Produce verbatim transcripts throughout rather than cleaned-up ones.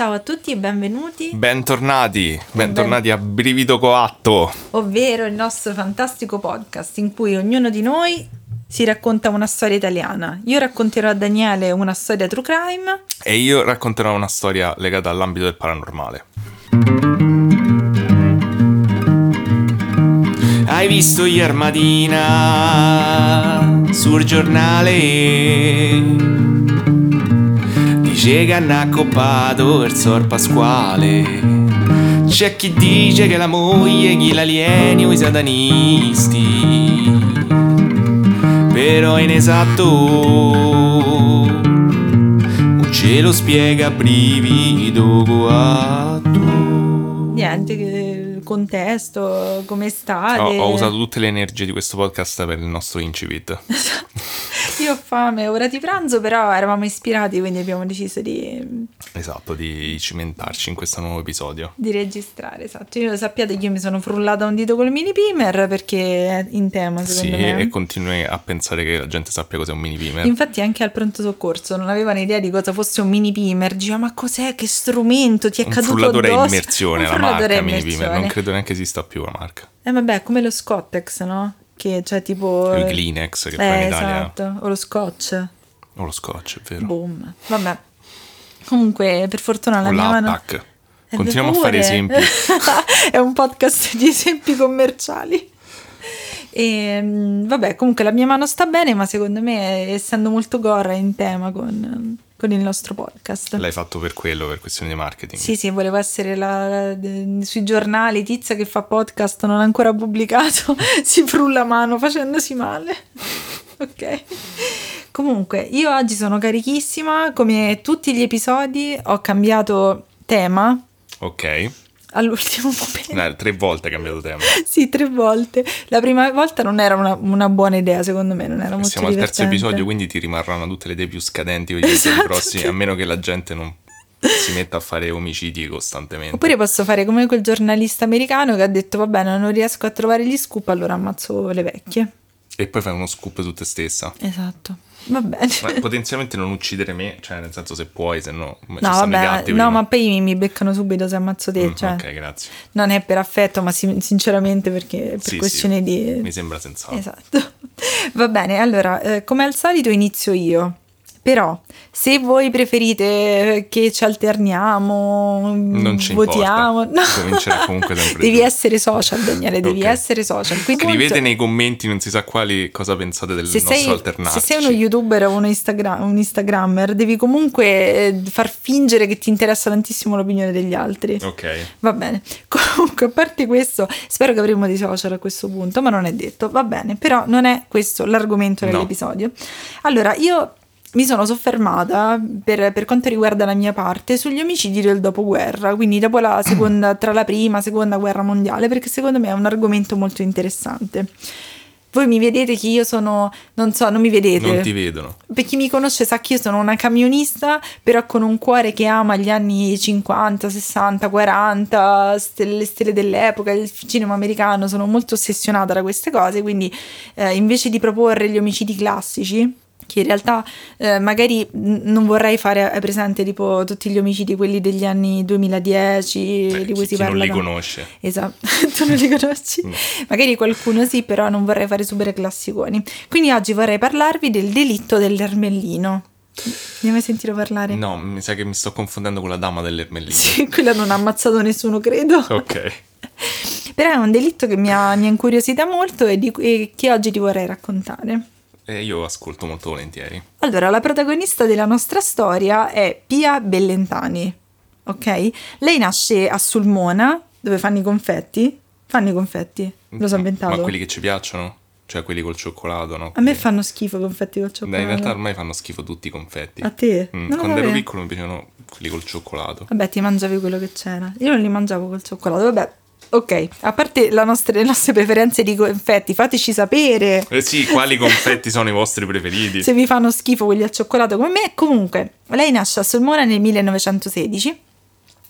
Ciao a tutti e benvenuti. Bentornati, bentornati ben... a Brivido Coatto. Ovvero il nostro fantastico podcast in cui ognuno di noi si racconta una storia italiana. Io racconterò a Daniele una storia true crime. E io racconterò una storia legata all'ambito del paranormale. Hai visto ieri mattina sul giornale? Dice che hanno accoppato il Sor Pasquale. C'è chi dice che la moglie chi l'alieni o i satanisti. Però inesatto non ce lo spiega Brivido Coatto. Niente, che contesto, come state? Ho, ho usato tutte le energie di questo podcast per il nostro incipit. Io ho fame, ora di pranzo, però eravamo ispirati, quindi abbiamo deciso di... Esatto, di cimentarci in questo nuovo episodio. Di registrare, esatto. Io sappiate che io mi sono frullata un dito col mini pimer perché è in tema, secondo sì, me. Sì, e continui a pensare che la gente sappia cos'è un mini pimer. Infatti anche al pronto soccorso non avevano idea di cosa fosse un mini pimer. Diceva, ma cos'è? Che strumento? Ti è un caduto frullatore addosso? A immersione, un la marca mini immersione. pimer. Non credo neanche esista più la marca. Eh vabbè, come lo Scottex, no? Che c'è tipo... Il Kleenex che eh, fa in Italia. Esatto, o lo Scotch. O lo Scotch, è vero. Boom. Vabbè. Comunque, per fortuna la o mia mano... l'Attack. Continuiamo a fare esempi. È un podcast di esempi commerciali. E vabbè, comunque la mia mano sta bene, ma secondo me, essendo molto gorra, è in tema con, con il nostro podcast. L'hai fatto per quello, per questioni di marketing? Sì, sì, volevo essere la, sui giornali, tizia che fa podcast non ancora pubblicato, si frulla mano facendosi male. Ok. Comunque, io oggi sono carichissima, come tutti gli episodi ho cambiato tema. Ok. All'ultimo momento. No, tre volte hai cambiato tema. Sì, tre volte. La prima volta non era una, una buona idea, secondo me, non era molto Siamo divertente. al terzo episodio, quindi ti rimarranno tutte le idee più scadenti per gli Esatto, episodi prossimi, che... a meno che la gente non si metta a fare omicidi costantemente. Oppure posso fare come quel giornalista americano che ha detto, va bene, non riesco a trovare gli scoop, allora ammazzo le vecchie. E poi fai uno scoop su te stessa. Esatto. Va bene. Ma potenzialmente non uccidere me, cioè nel senso se puoi, se no, no, ci stanno vabbè, i gatti no, prima. ma poi mi beccano subito se ammazzo te, mm, cioè, ok, grazie. Non è per affetto, ma si, sinceramente perché per sì, questione sì, di... mi sembra sensato. Esatto. Va bene, allora, eh, come al solito inizio io. Però, se voi preferite che ci alterniamo, non ci votiamo, no. Comincerà comunque sempre devi giù. essere social, Daniele, devi okay. essere social. Quindi scrivete molto... nei commenti, non si sa quali, cosa pensate del se nostro sei, alternarci. Se sei uno youtuber o uno Instagram, un instagrammer, devi comunque far fingere che ti interessa tantissimo l'opinione degli altri. Ok. Va bene. Comunque, a parte questo, spero che avremo dei social a questo punto, ma non è detto. Va bene, però non è questo l'argomento dell'episodio. No. Allora, io... mi sono soffermata, per, per quanto riguarda la mia parte, sugli omicidi del dopoguerra, quindi dopo la seconda, tra la prima e seconda guerra mondiale, perché secondo me è un argomento molto interessante. Voi mi vedete che io sono, non so, non mi vedete. Non ti vedono. Per chi mi conosce sa che io sono una camionista, però con un cuore che ama gli anni cinquanta, sessanta, quaranta, stelle, le stelle dell'epoca, il cinema americano, sono molto ossessionata da queste cose, quindi eh, invece di proporre gli omicidi classici, che in realtà eh, magari non vorrei fare presente tipo tutti gli omicidi, quelli degli anni duemiladieci, Beh, di cui chi, si chi parla. non li da... conosce. Esatto, tu non li conosci? No. Magari qualcuno sì, però non vorrei fare super classiconi. Quindi oggi vorrei parlarvi del delitto dell'Ermellino. Ne hai mai sentito parlare? No, mi sa che mi sto confondendo con la dama dell'Ermellino. Sì, quella non ha ammazzato nessuno, credo. Ok. Però è un delitto che mi ha, mi ha incuriosita molto e, di, e che oggi ti vorrei raccontare. E io ascolto molto volentieri. Allora, la protagonista della nostra storia è Pia Bellentani, ok? Lei nasce a Sulmona, dove fanno i confetti. Fanno i confetti, lo so inventato. Ma quelli che ci piacciono? Cioè quelli col cioccolato, no? A me fanno schifo i confetti col cioccolato. Beh, in realtà ormai fanno schifo tutti i confetti. A te? Mm, Non quando lo ero sapevo. piccolo mi piacevano quelli col cioccolato. Vabbè, ti mangiavi quello che c'era. Io non li mangiavo col cioccolato, vabbè. Ok, a parte la nostra, le nostre preferenze di confetti, fateci sapere. Eh sì, quali confetti sono i vostri preferiti? Se vi fanno schifo quelli al cioccolato come me. Comunque, lei nasce a Sulmona nel millenovecentosedici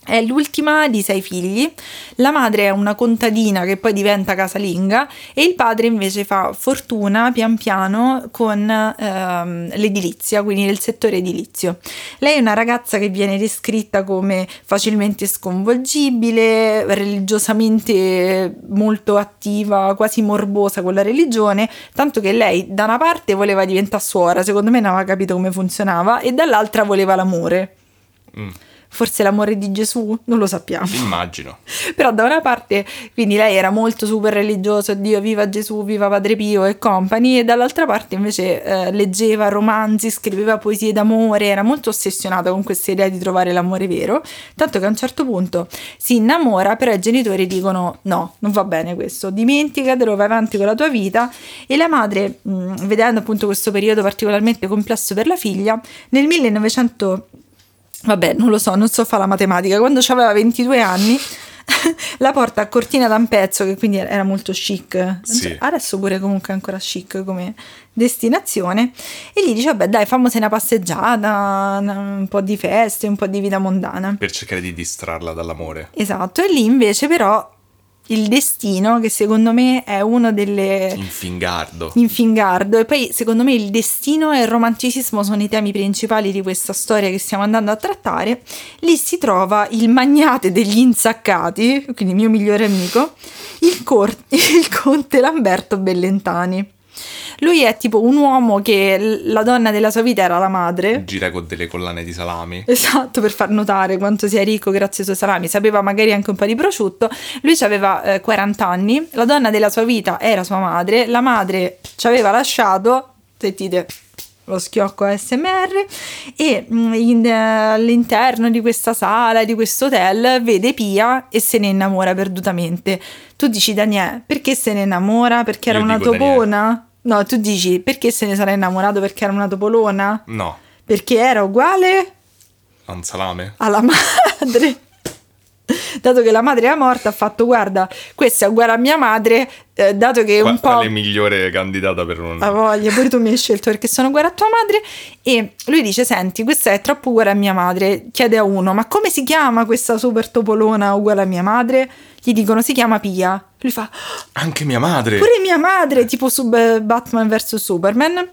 È l'ultima di sei figli, la madre è una contadina che poi diventa casalinga e il padre invece fa fortuna pian piano con ehm, l'edilizia, quindi nel settore edilizio. Lei è una ragazza che viene descritta come facilmente sconvolgibile, religiosamente molto attiva, quasi morbosa con la religione, tanto che lei da una parte voleva diventare suora, secondo me non aveva capito come funzionava, e dall'altra voleva l'amore. Mm. Forse l'amore di Gesù? Non lo sappiamo. Immagino. Però da una parte, quindi lei era molto super religiosa, Dio, viva Gesù, viva Padre Pio e compagni, e dall'altra parte invece eh, leggeva romanzi, scriveva poesie d'amore, era molto ossessionata con questa idea di trovare l'amore vero, tanto che a un certo punto si innamora, però i genitori dicono no, non va bene questo, dimenticatelo, vai avanti con la tua vita, e la madre, mh, vedendo appunto questo periodo particolarmente complesso per la figlia, nel millenovecento... Vabbè, non lo so, non so fare la matematica. Quando aveva ventidue anni la porta a Cortina d'Ampezzo, che quindi era molto chic. Sì. Adesso pure comunque è ancora chic come destinazione. E gli dice, vabbè dai, fammosi una passeggiata, un po' di feste, un po' di vita mondana. Per cercare di distrarla dall'amore. Esatto, e lì invece però il destino, che secondo me è uno delle... In fingardo. In fingardo. E poi secondo me il destino e il romanticismo sono i temi principali di questa storia che stiamo andando a trattare. Lì si trova il magnate degli insaccati, quindi mio migliore amico, il, cor- il conte Lamberto Bellentani. Lui è tipo un uomo che la donna della sua vita era la madre. Gira con delle collane di salami. Esatto, per far notare quanto sia ricco grazie ai suoi salami. Sapeva magari anche un po' di prosciutto. Lui aveva eh, quaranta anni. La donna della sua vita era sua madre. La madre ci aveva lasciato, sentite lo schiocco A S M R, e in, uh, all'interno di questa sala, di questo hotel, vede Pia e se ne innamora perdutamente. Tu dici, Daniele, perché se ne innamora? Perché era Io una dico, topona? Daniele. No, tu dici, perché se ne sarà innamorato? Perché era una topolona? No. Perché era uguale a un salame? Alla madre. Dato che la madre era morta, ha fatto, guarda, questa è uguale a mia madre, eh, dato che è un po'... Quale migliore candidata per un... La voglia, pure tu mi hai scelto perché sono uguale a tua madre. E lui dice, senti, questa è troppo uguale a mia madre. Chiede a uno, ma come si chiama questa super topolona uguale a mia madre? Gli dicono, si chiama Pia. Lui fa, anche mia madre! Pure mia madre, tipo su Batman versus Superman.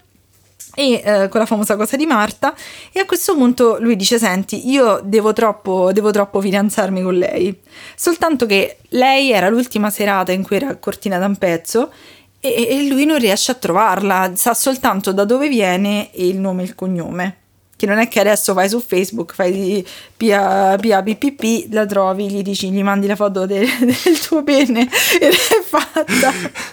E eh, con la famosa cosa di Marta. E a questo punto lui dice, senti, io devo troppo devo troppo fidanzarmi con lei, soltanto che lei era l'ultima serata in cui era a Cortina d'Ampezzo e, e lui non riesce a trovarla, sa soltanto da dove viene e il nome e il cognome, che non è che adesso vai su Facebook, fai di Pia Pia P P P, la trovi, gli dici, gli mandi la foto de, del tuo pene ed è fatta.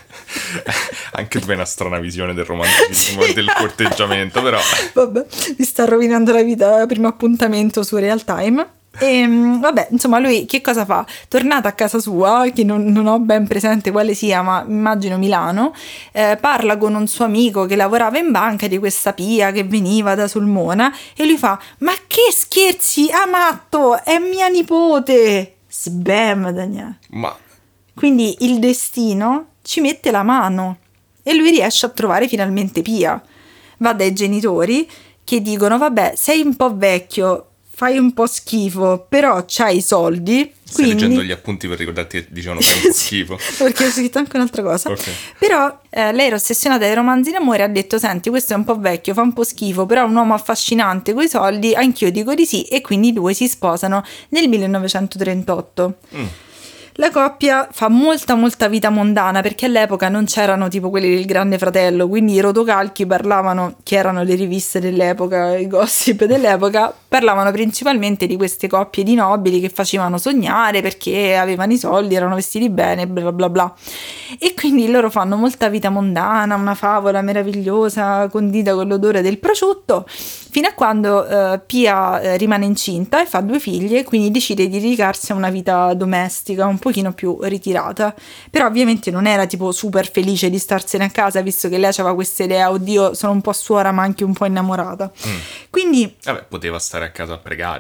Anche tu hai una strana visione del romanticismo e del corteggiamento, però vabbè, mi sta rovinando la vita, primo appuntamento su Real Time. E vabbè, insomma, lui che cosa fa? Tornata a casa sua, che non, non ho ben presente quale sia, ma immagino Milano, eh, parla con un suo amico che lavorava in banca di questa Pia che veniva da Sulmona e lui fa, ma che scherzi, ah matto, è mia nipote. Sbam, Daniele. Ma... Quindi il destino ci mette la mano e lui riesce a trovare finalmente Pia. Va dai genitori che dicono, vabbè, sei un po' vecchio, fai un po' schifo, però c'hai i soldi. Stai quindi... leggendo gli appunti per ricordarti che dicevano fai un po' schifo. Perché ho scritto anche un'altra cosa. Okay. Però eh, lei era ossessionata dai romanzi d'amore e ha detto, senti, questo è un po' vecchio, fa un po' schifo, però è un uomo affascinante coi soldi, anch'io dico di sì, e quindi i due si sposano nel millenovecentotrentotto. Mm. La coppia fa molta molta vita mondana, perché all'epoca non c'erano tipo quelli del Grande Fratello, quindi i rotocalchi parlavano, che erano le riviste dell'epoca, i gossip dell'epoca, parlavano principalmente di queste coppie di nobili che facevano sognare perché avevano i soldi, erano vestiti bene, bla bla bla. E quindi loro fanno molta vita mondana, una favola meravigliosa condita con l'odore del prosciutto, fino a quando eh, Pia eh, rimane incinta e fa due figlie, quindi decide di dedicarsi a una vita domestica un pochino più ritirata. Però ovviamente non era tipo super felice di starsene a casa, visto che lei aveva questa idea, oddio, sono un po' suora ma anche un po' innamorata. Mm. Quindi vabbè, poteva stare a casa a pregare.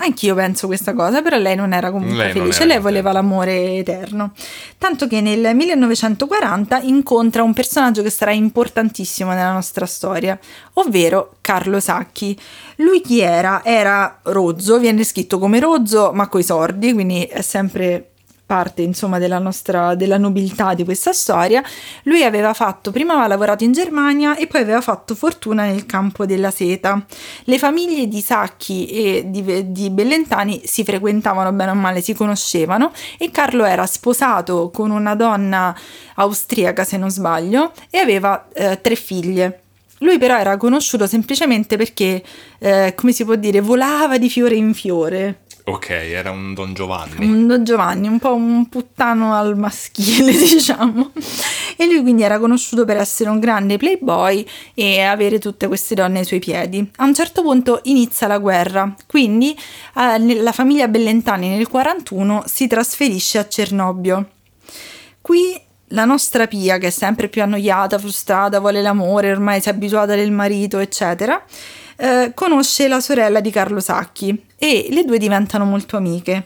Anch'io penso questa cosa, però lei non era comunque lei felice, era lei voleva l'amore eterno. Tanto che nel millenovecentoquaranta incontra un personaggio che sarà importantissimo nella nostra storia, ovvero Carlo Sacchi. Lui chi era? Era rozzo, viene scritto come rozzo ma coi sordi, quindi è sempre parte insomma della nostra della nobiltà di questa storia. Lui aveva fatto prima aveva lavorato in Germania e poi aveva fatto fortuna nel campo della seta. Le famiglie di Sacchi e di, di Bellentani si frequentavano bene o male, si conoscevano, e Carlo era sposato con una donna austriaca se non sbaglio e aveva eh, tre figlie. Lui però era conosciuto semplicemente perché eh, come si può dire, volava di fiore in fiore. Ok, era un Don Giovanni. Un Don Giovanni, un po' un puttano al maschile, diciamo. E lui quindi era conosciuto per essere un grande playboy e avere tutte queste donne ai suoi piedi. A un certo punto inizia la guerra, quindi eh, la famiglia Bellentani nel quarantuno si trasferisce a Cernobbio. Qui la nostra Pia, che è sempre più annoiata, frustrata, vuole l'amore, ormai si è abituata del marito, eccetera, eh, conosce la sorella di Carlo Sacchi e le due diventano molto amiche.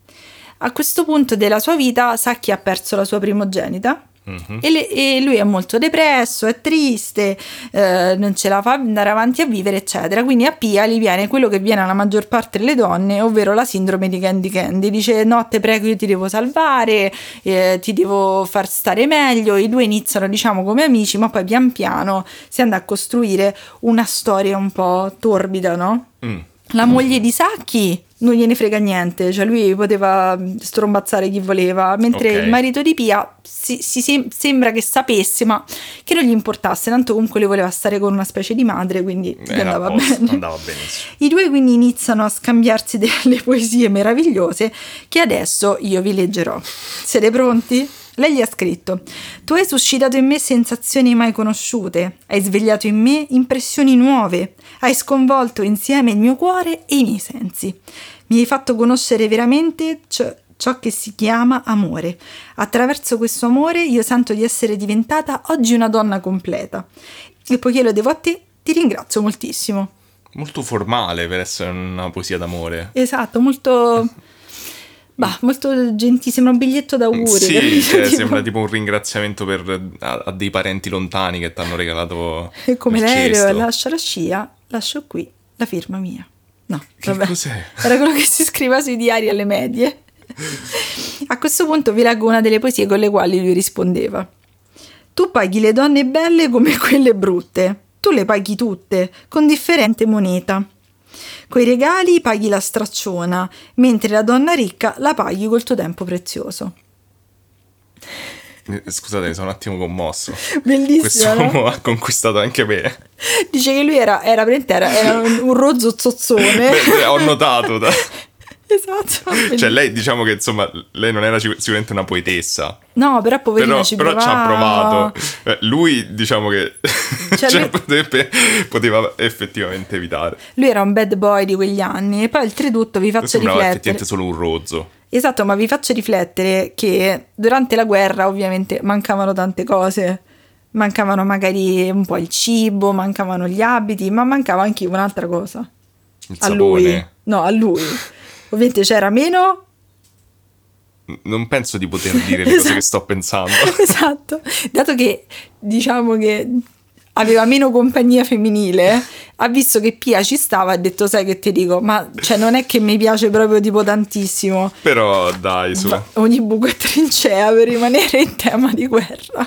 A questo punto della sua vita Sacchi ha perso la sua primogenita. Mm-hmm. E, le, e lui è molto depresso, è triste, eh, non ce la fa andare avanti a vivere, eccetera. Quindi a Pia gli viene quello che viene alla maggior parte delle donne, ovvero la sindrome di Candy Candy. Dice: no, te prego, io ti devo salvare, eh, ti devo far stare meglio. I due iniziano, diciamo, come amici, ma poi pian piano si andrà a costruire una storia un po' torbida, no? Mm. La moglie di Sacchi non gliene frega niente, cioè lui poteva strombazzare chi voleva, mentre okay. il marito di Pia si, si sem- sembra che sapesse, ma che non gli importasse, tanto comunque lui voleva stare con una specie di madre, quindi gli andava bene. Andava benissimo. I due quindi iniziano a scambiarsi delle poesie meravigliose che adesso io vi leggerò. Siete pronti? Lei gli ha scritto: tu hai suscitato in me sensazioni mai conosciute, hai svegliato in me impressioni nuove, hai sconvolto insieme il mio cuore e i miei sensi. Mi hai fatto conoscere veramente ciò, ciò che si chiama amore. Attraverso questo amore io sento di essere diventata oggi una donna completa. E poiché lo devo a te, ti ringrazio moltissimo. Molto formale per essere una poesia d'amore. Esatto, molto... Bah, molto gentile, sembra un biglietto d'auguri. Sì, cioè, tipo... sembra tipo un ringraziamento per, a, a dei parenti lontani che ti hanno regalato e come il l'aereo cesto. Lascia la scia, lascio qui la firma mia. No, che vabbè. Cos'è? Era quello che si scriveva sui diari alle medie. A questo punto vi leggo una delle poesie con le quali lui rispondeva: tu paghi le donne belle come quelle brutte, tu le paghi tutte con differente moneta. Coi regali paghi la stracciona, mentre la donna ricca la paghi col tuo tempo prezioso. Scusate, sono un attimo commosso. Bellissimo. Questo uomo no? ha conquistato anche me. Dice che lui era, era, era, era un rozzo zozzone. Beh, ho notato. Da... Esatto. Cioè lei, diciamo che insomma, lei non era sicuramente una poetessa. No, però poverina però, ci però provava. ci ha provato. Eh, lui, diciamo che cioè, cioè, lui... Poteva, poteva effettivamente evitare. Lui era un bad boy di quegli anni. E poi oltretutto vi faccio sembrava riflettere. effettivamente solo un rozzo. Esatto, ma vi faccio riflettere che durante la guerra ovviamente mancavano tante cose. Mancavano magari un po' il cibo, mancavano gli abiti, ma mancava anche un'altra cosa. Il a sapone. Lui. No, a lui. Ovviamente c'era meno... Non penso di poter dire le esatto. cose che sto pensando. Esatto. Dato che diciamo che aveva meno compagnia femminile, ha visto che Pia ci stava e ha detto: sai che ti dico, ma cioè non è che mi piace proprio tipo tantissimo. Però dai, su. Ma ogni buco è trincea per rimanere in tema di guerra.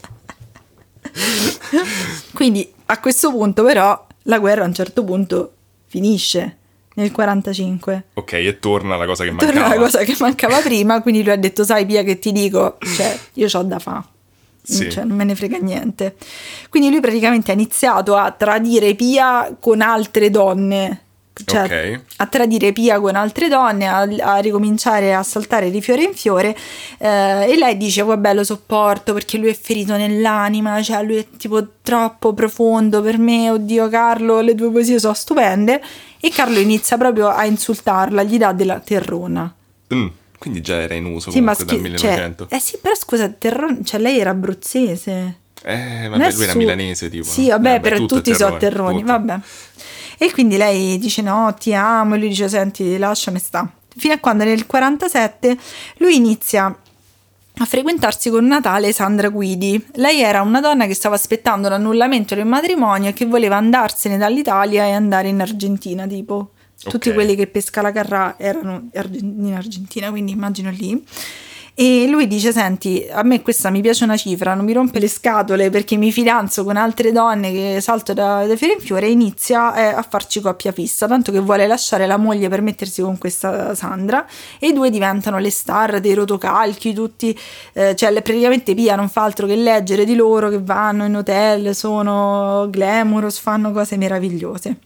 Quindi a questo punto però la guerra a un certo punto finisce. Nel quarantacinque. Ok, e torna la cosa che mancava. Torna la cosa che mancava prima, quindi lui ha detto: sai Pia che ti dico, cioè io c'ho da fa, sì. Cioè non me ne frega niente. Quindi lui praticamente ha iniziato a tradire Pia con altre donne. Cioè okay. a tradire Pia con altre donne, a, a ricominciare a saltare di fiore in fiore, eh, e lei dice: vabbè, lo sopporto perché lui è ferito nell'anima, cioè lui è tipo troppo profondo per me, oddio Carlo, le tue poesie sono stupende. E Carlo inizia proprio a insultarla, gli dà della terrona. Mm, quindi già era in uso sì, comunque ma schi- dal millenovecento. Cioè, eh sì, però scusa, terrona, cioè lei era abruzzese. Eh, vabbè, lui era su- milanese tipo. Sì, vabbè, vabbè però tutti sono terroni, tutto. vabbè. E quindi lei dice no, ti amo, e lui dice senti, lasciami sta. Fino a quando nel quarantasette lui inizia a frequentarsi con una tale Sandra Guidi. Lei era una donna che stava aspettando l'annullamento del matrimonio e che voleva andarsene dall'Italia e andare in Argentina, tipo. Tutti Ok. quelli che pesca la carrà erano in Argentina, quindi immagino lì. E lui dice senti, a me questa mi piace una cifra, non mi rompe le scatole perché mi fidanzo con altre donne che salto da, da fiore in fiore, e inizia eh, a farci coppia fissa, tanto che vuole lasciare la moglie per mettersi con questa Sandra, e i due diventano le star dei rotocalchi, tutti, eh, cioè praticamente Pia non fa altro che leggere di loro che vanno in hotel, sono glamorous, fanno cose meravigliose.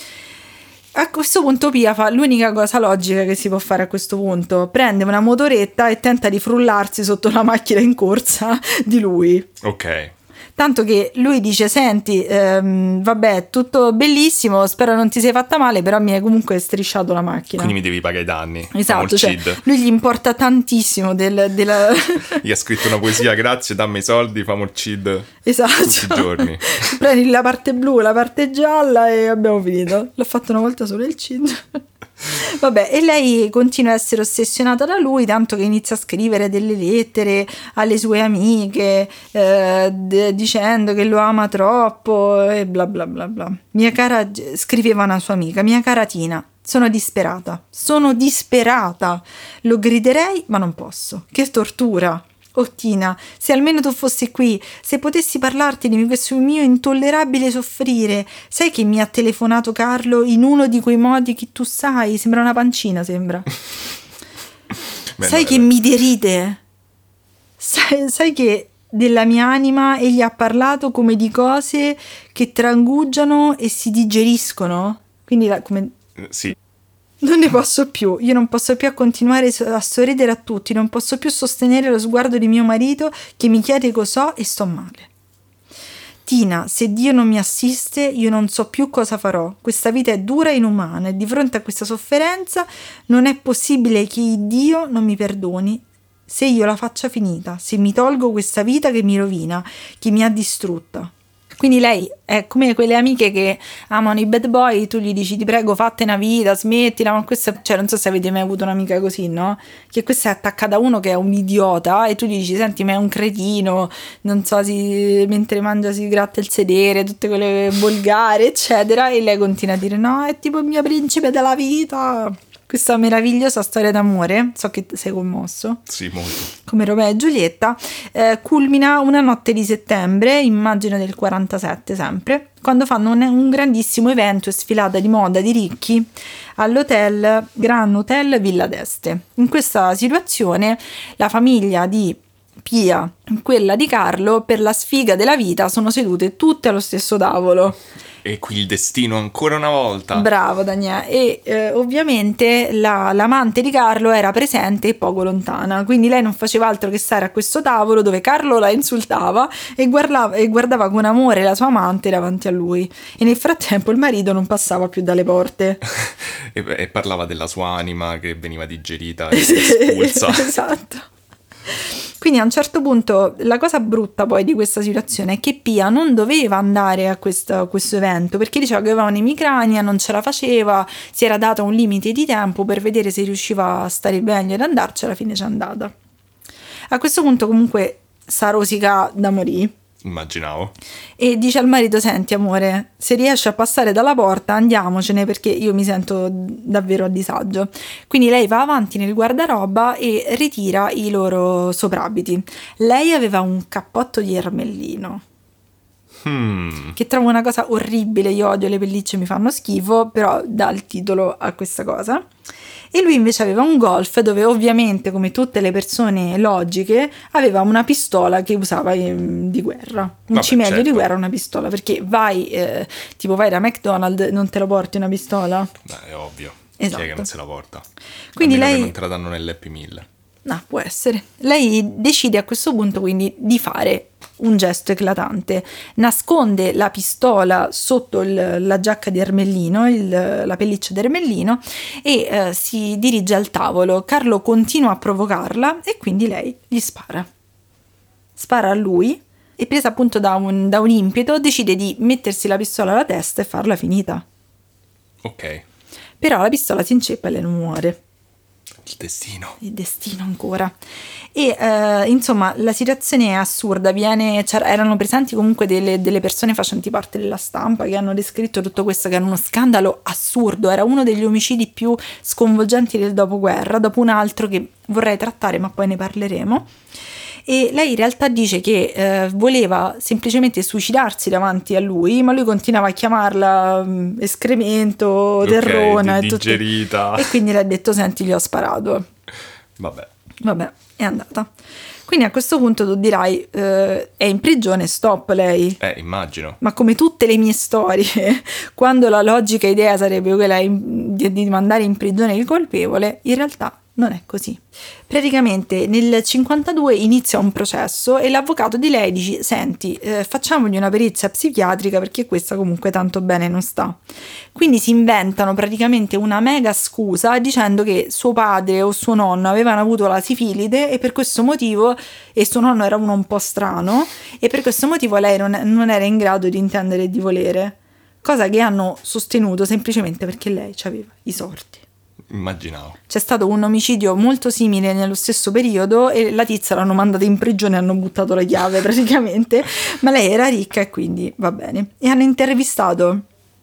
A questo punto Pia fa l'unica cosa logica che si può fare a questo punto: prende una motoretta e tenta di frullarsi sotto la macchina in corsa di lui. Ok. Tanto che lui dice senti, ehm, vabbè, tutto bellissimo, spero non ti sei fatta male, però mi hai comunque strisciato la macchina. Quindi mi devi pagare i danni. Esatto, cioè, Cid. lui gli importa tantissimo del, della... Gli ha scritto una poesia, grazie, dammi i soldi, famo il cid Esatto. tutti i giorni. Prendi la parte blu, la parte gialla e abbiamo finito. L'ho fatto una volta solo il cid. Vabbè, e lei continua a essere ossessionata da lui, tanto che inizia a scrivere delle lettere alle sue amiche eh, d- dicendo che lo ama troppo e bla bla bla bla. Mia cara, scriveva una sua amica, mia cara Tina, sono disperata, sono disperata, lo griderei ma non posso, che tortura. Oh Tina, se almeno tu fossi qui, se potessi parlarti di questo mio intollerabile soffrire. Sai che mi ha telefonato Carlo in uno di quei modi che tu sai, sembra una pancina, sembra. Beh, sai no, che beh. mi deride. Sai, sai che della mia anima egli ha parlato come di cose che trangugiano e si digeriscono. Quindi la, come... Sì. Non ne posso più, io non posso più continuare a sorridere a tutti, non posso più sostenere lo sguardo di mio marito che mi chiede cos'ho e sto male. Tina, se Dio non mi assiste, io non so più cosa farò. Questa vita è dura e inumana e di fronte a questa sofferenza non è possibile che Dio non mi perdoni se io la faccia finita, se mi tolgo questa vita che mi rovina, che mi ha distrutta. Quindi lei è come quelle amiche che amano i bad boy, tu gli dici ti prego fatte una vita, smettila, ma questa, cioè non so se avete mai avuto un'amica così, no? Che questa è attaccata a uno che è un idiota e tu gli dici senti ma è un cretino, non so, si, mentre mangia si gratta il sedere, tutte quelle volgari eccetera, e lei continua a dire no è tipo il mio principe della vita. Questa meravigliosa storia d'amore, so che sei commosso. Sì, molto. Come Romeo e Giulietta, eh, culmina una notte di settembre, immagino del quarantasette sempre, quando fanno un, un grandissimo evento e sfilata di moda di ricchi all'hotel Gran Hotel Villa d'Este. In questa situazione la famiglia di Pia e quella di Carlo, per la sfiga della vita, sono sedute tutte allo stesso tavolo. E qui il destino ancora una volta. Bravo Daniele. E eh, ovviamente la, l'amante di Carlo era presente e poco lontana, quindi lei non faceva altro che stare a questo tavolo dove Carlo la insultava e guardava, e guardava con amore la sua amante davanti a lui, e nel frattempo il marito non passava più dalle porte. e, e parlava della sua anima che veniva digerita e espulsa. Esatto. Quindi a un certo punto la cosa brutta poi di questa situazione è che Pia non doveva andare a questo, a questo evento perché diceva che aveva un'emicrania, non ce la faceva, si era data un limite di tempo per vedere se riusciva a stare meglio ed andarci, alla fine c'è andata. A questo punto comunque sta rosica da morì. Immaginavo. E dice al marito senti amore, se riesci a passare dalla porta andiamocene perché io mi sento davvero a disagio. Quindi lei va avanti nel guardaroba e ritira i loro soprabiti. Lei aveva un cappotto di ermellino Hmm. che trovo una cosa orribile, io odio le pellicce, mi fanno schifo, però dà il titolo a questa cosa. E lui invece aveva un Golf dove ovviamente, come tutte le persone logiche, aveva una pistola che usava in, di guerra. Un Vabbè, cimelio certo. di guerra, una pistola. Perché vai, eh, tipo vai da McDonald's, non te lo porti una pistola? Beh, è ovvio. Esatto. Chi è che non se la porta? Quindi Almeno lei... che non te la danno nell'Happy Meal. No, può essere. Lei decide a questo punto quindi di fare un gesto eclatante. Nasconde la pistola sotto il, la giacca di ermellino, il, la pelliccia di ermellino, e eh, si dirige al tavolo. Carlo continua a provocarla e quindi lei gli spara. Spara a lui e, presa appunto da un, da un impeto, decide di mettersi la pistola alla testa e farla finita. Ok. Però la pistola si inceppa e lei non muore. Il destino. Il destino ancora. E eh, insomma la situazione è assurda. Viene, erano presenti comunque delle, delle persone facenti parte della stampa che hanno descritto tutto questo, che era uno scandalo assurdo. Era uno degli omicidi più sconvolgenti del dopoguerra, dopo un altro che vorrei trattare, ma poi ne parleremo. E lei in realtà dice che eh, voleva semplicemente suicidarsi davanti a lui, ma lui continuava a chiamarla um, escremento, okay, terrona di- digerita. E, tutto. E quindi le ha detto: senti, gli ho sparato. Vabbè. Vabbè, è andata. Quindi a questo punto tu dirai eh, è in prigione, stop lei. Eh, immagino. Ma come tutte le mie storie, quando la logica idea sarebbe quella di, di mandare in prigione il colpevole, in realtà non è così. Praticamente nel cinquantadue inizia un processo e l'avvocato di lei dice: senti, eh, facciamogli una perizia psichiatrica perché questa comunque tanto bene non sta. Quindi si inventano praticamente una mega scusa dicendo che suo padre o suo nonno avevano avuto la sifilide e per questo motivo, e suo nonno era uno un po' strano, e per questo motivo lei non, non era in grado di intendere e di volere, cosa che hanno sostenuto semplicemente perché lei aveva i sordi. Immaginavo. C'è stato un omicidio molto simile nello stesso periodo e la tizia l'hanno mandata in prigione e hanno buttato la chiave praticamente, ma lei era ricca e quindi va bene. E hanno intervistato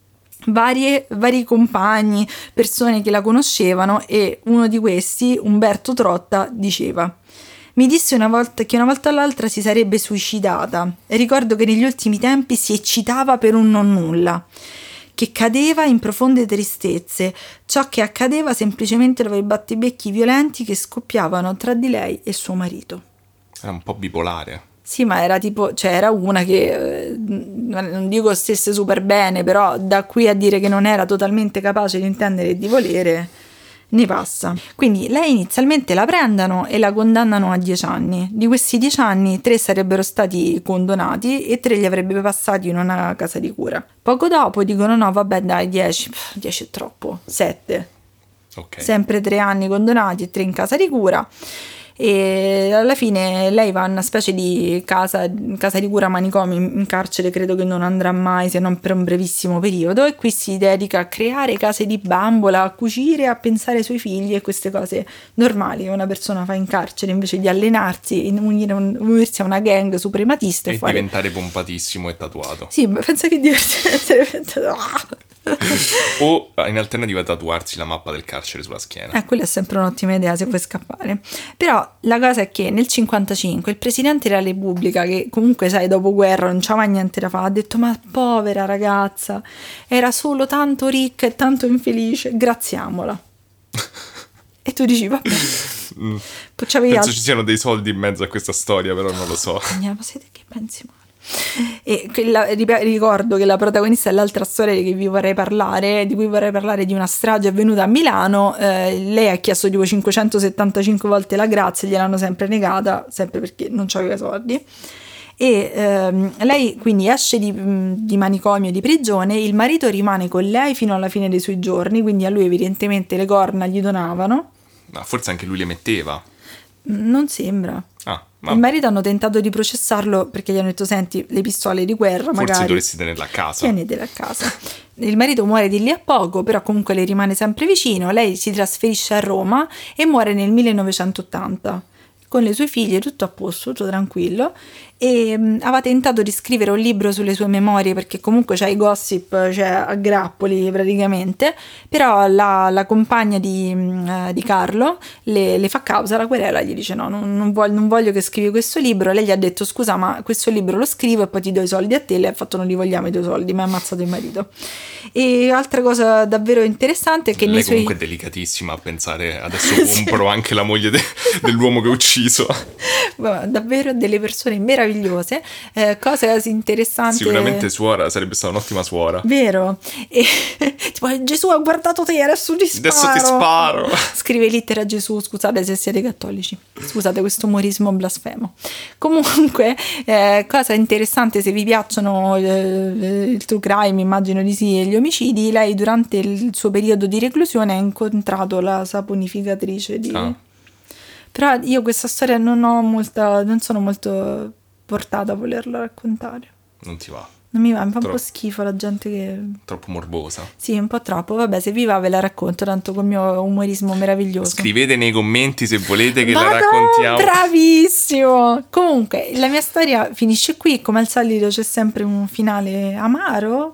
varie, vari compagni, persone che la conoscevano, e uno di questi, Umberto Trotta, diceva: mi disse una volta che una volta o l'altra si sarebbe suicidata e ricordo che negli ultimi tempi si eccitava per un non nulla, che cadeva in profonde tristezze. Ciò che accadeva semplicemente aveva i battibecchi violenti che scoppiavano tra di lei e suo marito. Era un po' bipolare. Sì, ma era tipo, cioè era una che, eh, non dico stesse super bene, però da qui a dire che non era totalmente capace di intendere e di volere, ne passa. Quindi lei inizialmente la prendono e la condannano a dieci anni. Di questi dieci anni, tre sarebbero stati condonati e tre li avrebbe passati in una casa di cura. Poco dopo dicono: no, vabbè, dai, dieci, dieci è troppo, sette. Okay. Sempre tre anni condonati e tre in casa di cura. E alla fine lei va a una specie di casa, casa di cura manicomio, in carcere credo che non andrà mai se non per un brevissimo periodo, e qui si dedica a creare case di bambola, a cucire, a pensare ai suoi figli e queste cose normali che una persona fa in carcere, invece di allenarsi, unirsi a una gang suprematista e, e fare... diventare pompatissimo e tatuato. Sì, pensa che divertente. O in alternativa tatuarsi la mappa del carcere sulla schiena. Eh, quella è sempre un'ottima idea se vuoi scappare. Però la cosa è che nel cinquantacinque il presidente della Repubblica, che comunque sai dopo guerra non c'aveva niente da fare, ha detto: ma povera ragazza, era solo tanto ricca e tanto infelice, graziamola. E tu dici: vabbè, mm. penso altri... ci siano dei soldi in mezzo a questa storia, però non lo so. Ma siete che pensi male. E quella, ricordo che la protagonista dell'altra storia di cui vi vorrei parlare, di cui vorrei parlare di una strage avvenuta a Milano, eh, lei ha chiesto tipo cinquecentosettantacinque volte la grazia, gliel'hanno sempre negata, sempre perché non c'aveva soldi. E ehm, lei quindi esce di, di manicomio, di prigione, il marito rimane con lei fino alla fine dei suoi giorni, quindi a lui evidentemente le corna gli donavano. Ma forse anche lui le metteva. Non sembra. Ah, ma... Il marito hanno tentato di processarlo perché gli hanno detto: senti, le pistole di guerra forse magari dovresti tenerla a casa. Tienitela a casa. Il marito muore di lì a poco, però comunque le rimane sempre vicino. Lei si trasferisce a Roma e muore nel millenovecentottanta con le sue figlie, tutto a posto, tutto tranquillo. E um, aveva tentato di scrivere un libro sulle sue memorie, perché comunque c'è i gossip, c'è a grappoli praticamente, però la, la compagna di, uh, di Carlo le, le fa causa, la querela, gli dice: no, non, non, voglio, non voglio che scrivi questo libro. Lei gli ha detto: scusa, ma questo libro lo scrivo e poi ti do i soldi a te. Lei ha fatto: non li vogliamo i tuoi soldi, mi ha ammazzato il marito. E altra cosa davvero interessante è che lei nei comunque suoi... è delicatissima a pensare: adesso compro anche la moglie de- dell'uomo che ho ucciso. Davvero delle persone meravigliose. Eh, cosa interessante, sicuramente suora, sarebbe stata un'ottima suora, vero? E, tipo: Gesù ha guardato te, adesso ti sparo, adesso ti sparo. Scrive lettera a Gesù, scusate se siete cattolici, scusate questo umorismo blasfemo. Comunque eh, cosa interessante, se vi piacciono eh, il true crime, immagino di sì, e gli omicidi, lei durante il suo periodo di reclusione ha incontrato la saponificatrice di... ah. Però io questa storia non ho molta, non sono molto portata a volerla raccontare. Non ti va? Non mi va, mi fa Troppo. un po' schifo la gente che... Troppo morbosa. Sì, un po' troppo. Vabbè, se vi va ve la racconto, tanto col mio umorismo meraviglioso. Scrivete nei commenti se volete che Vado, la raccontiamo. Bravissimo! Comunque, la mia storia finisce qui. Come al solito c'è sempre un finale amaro.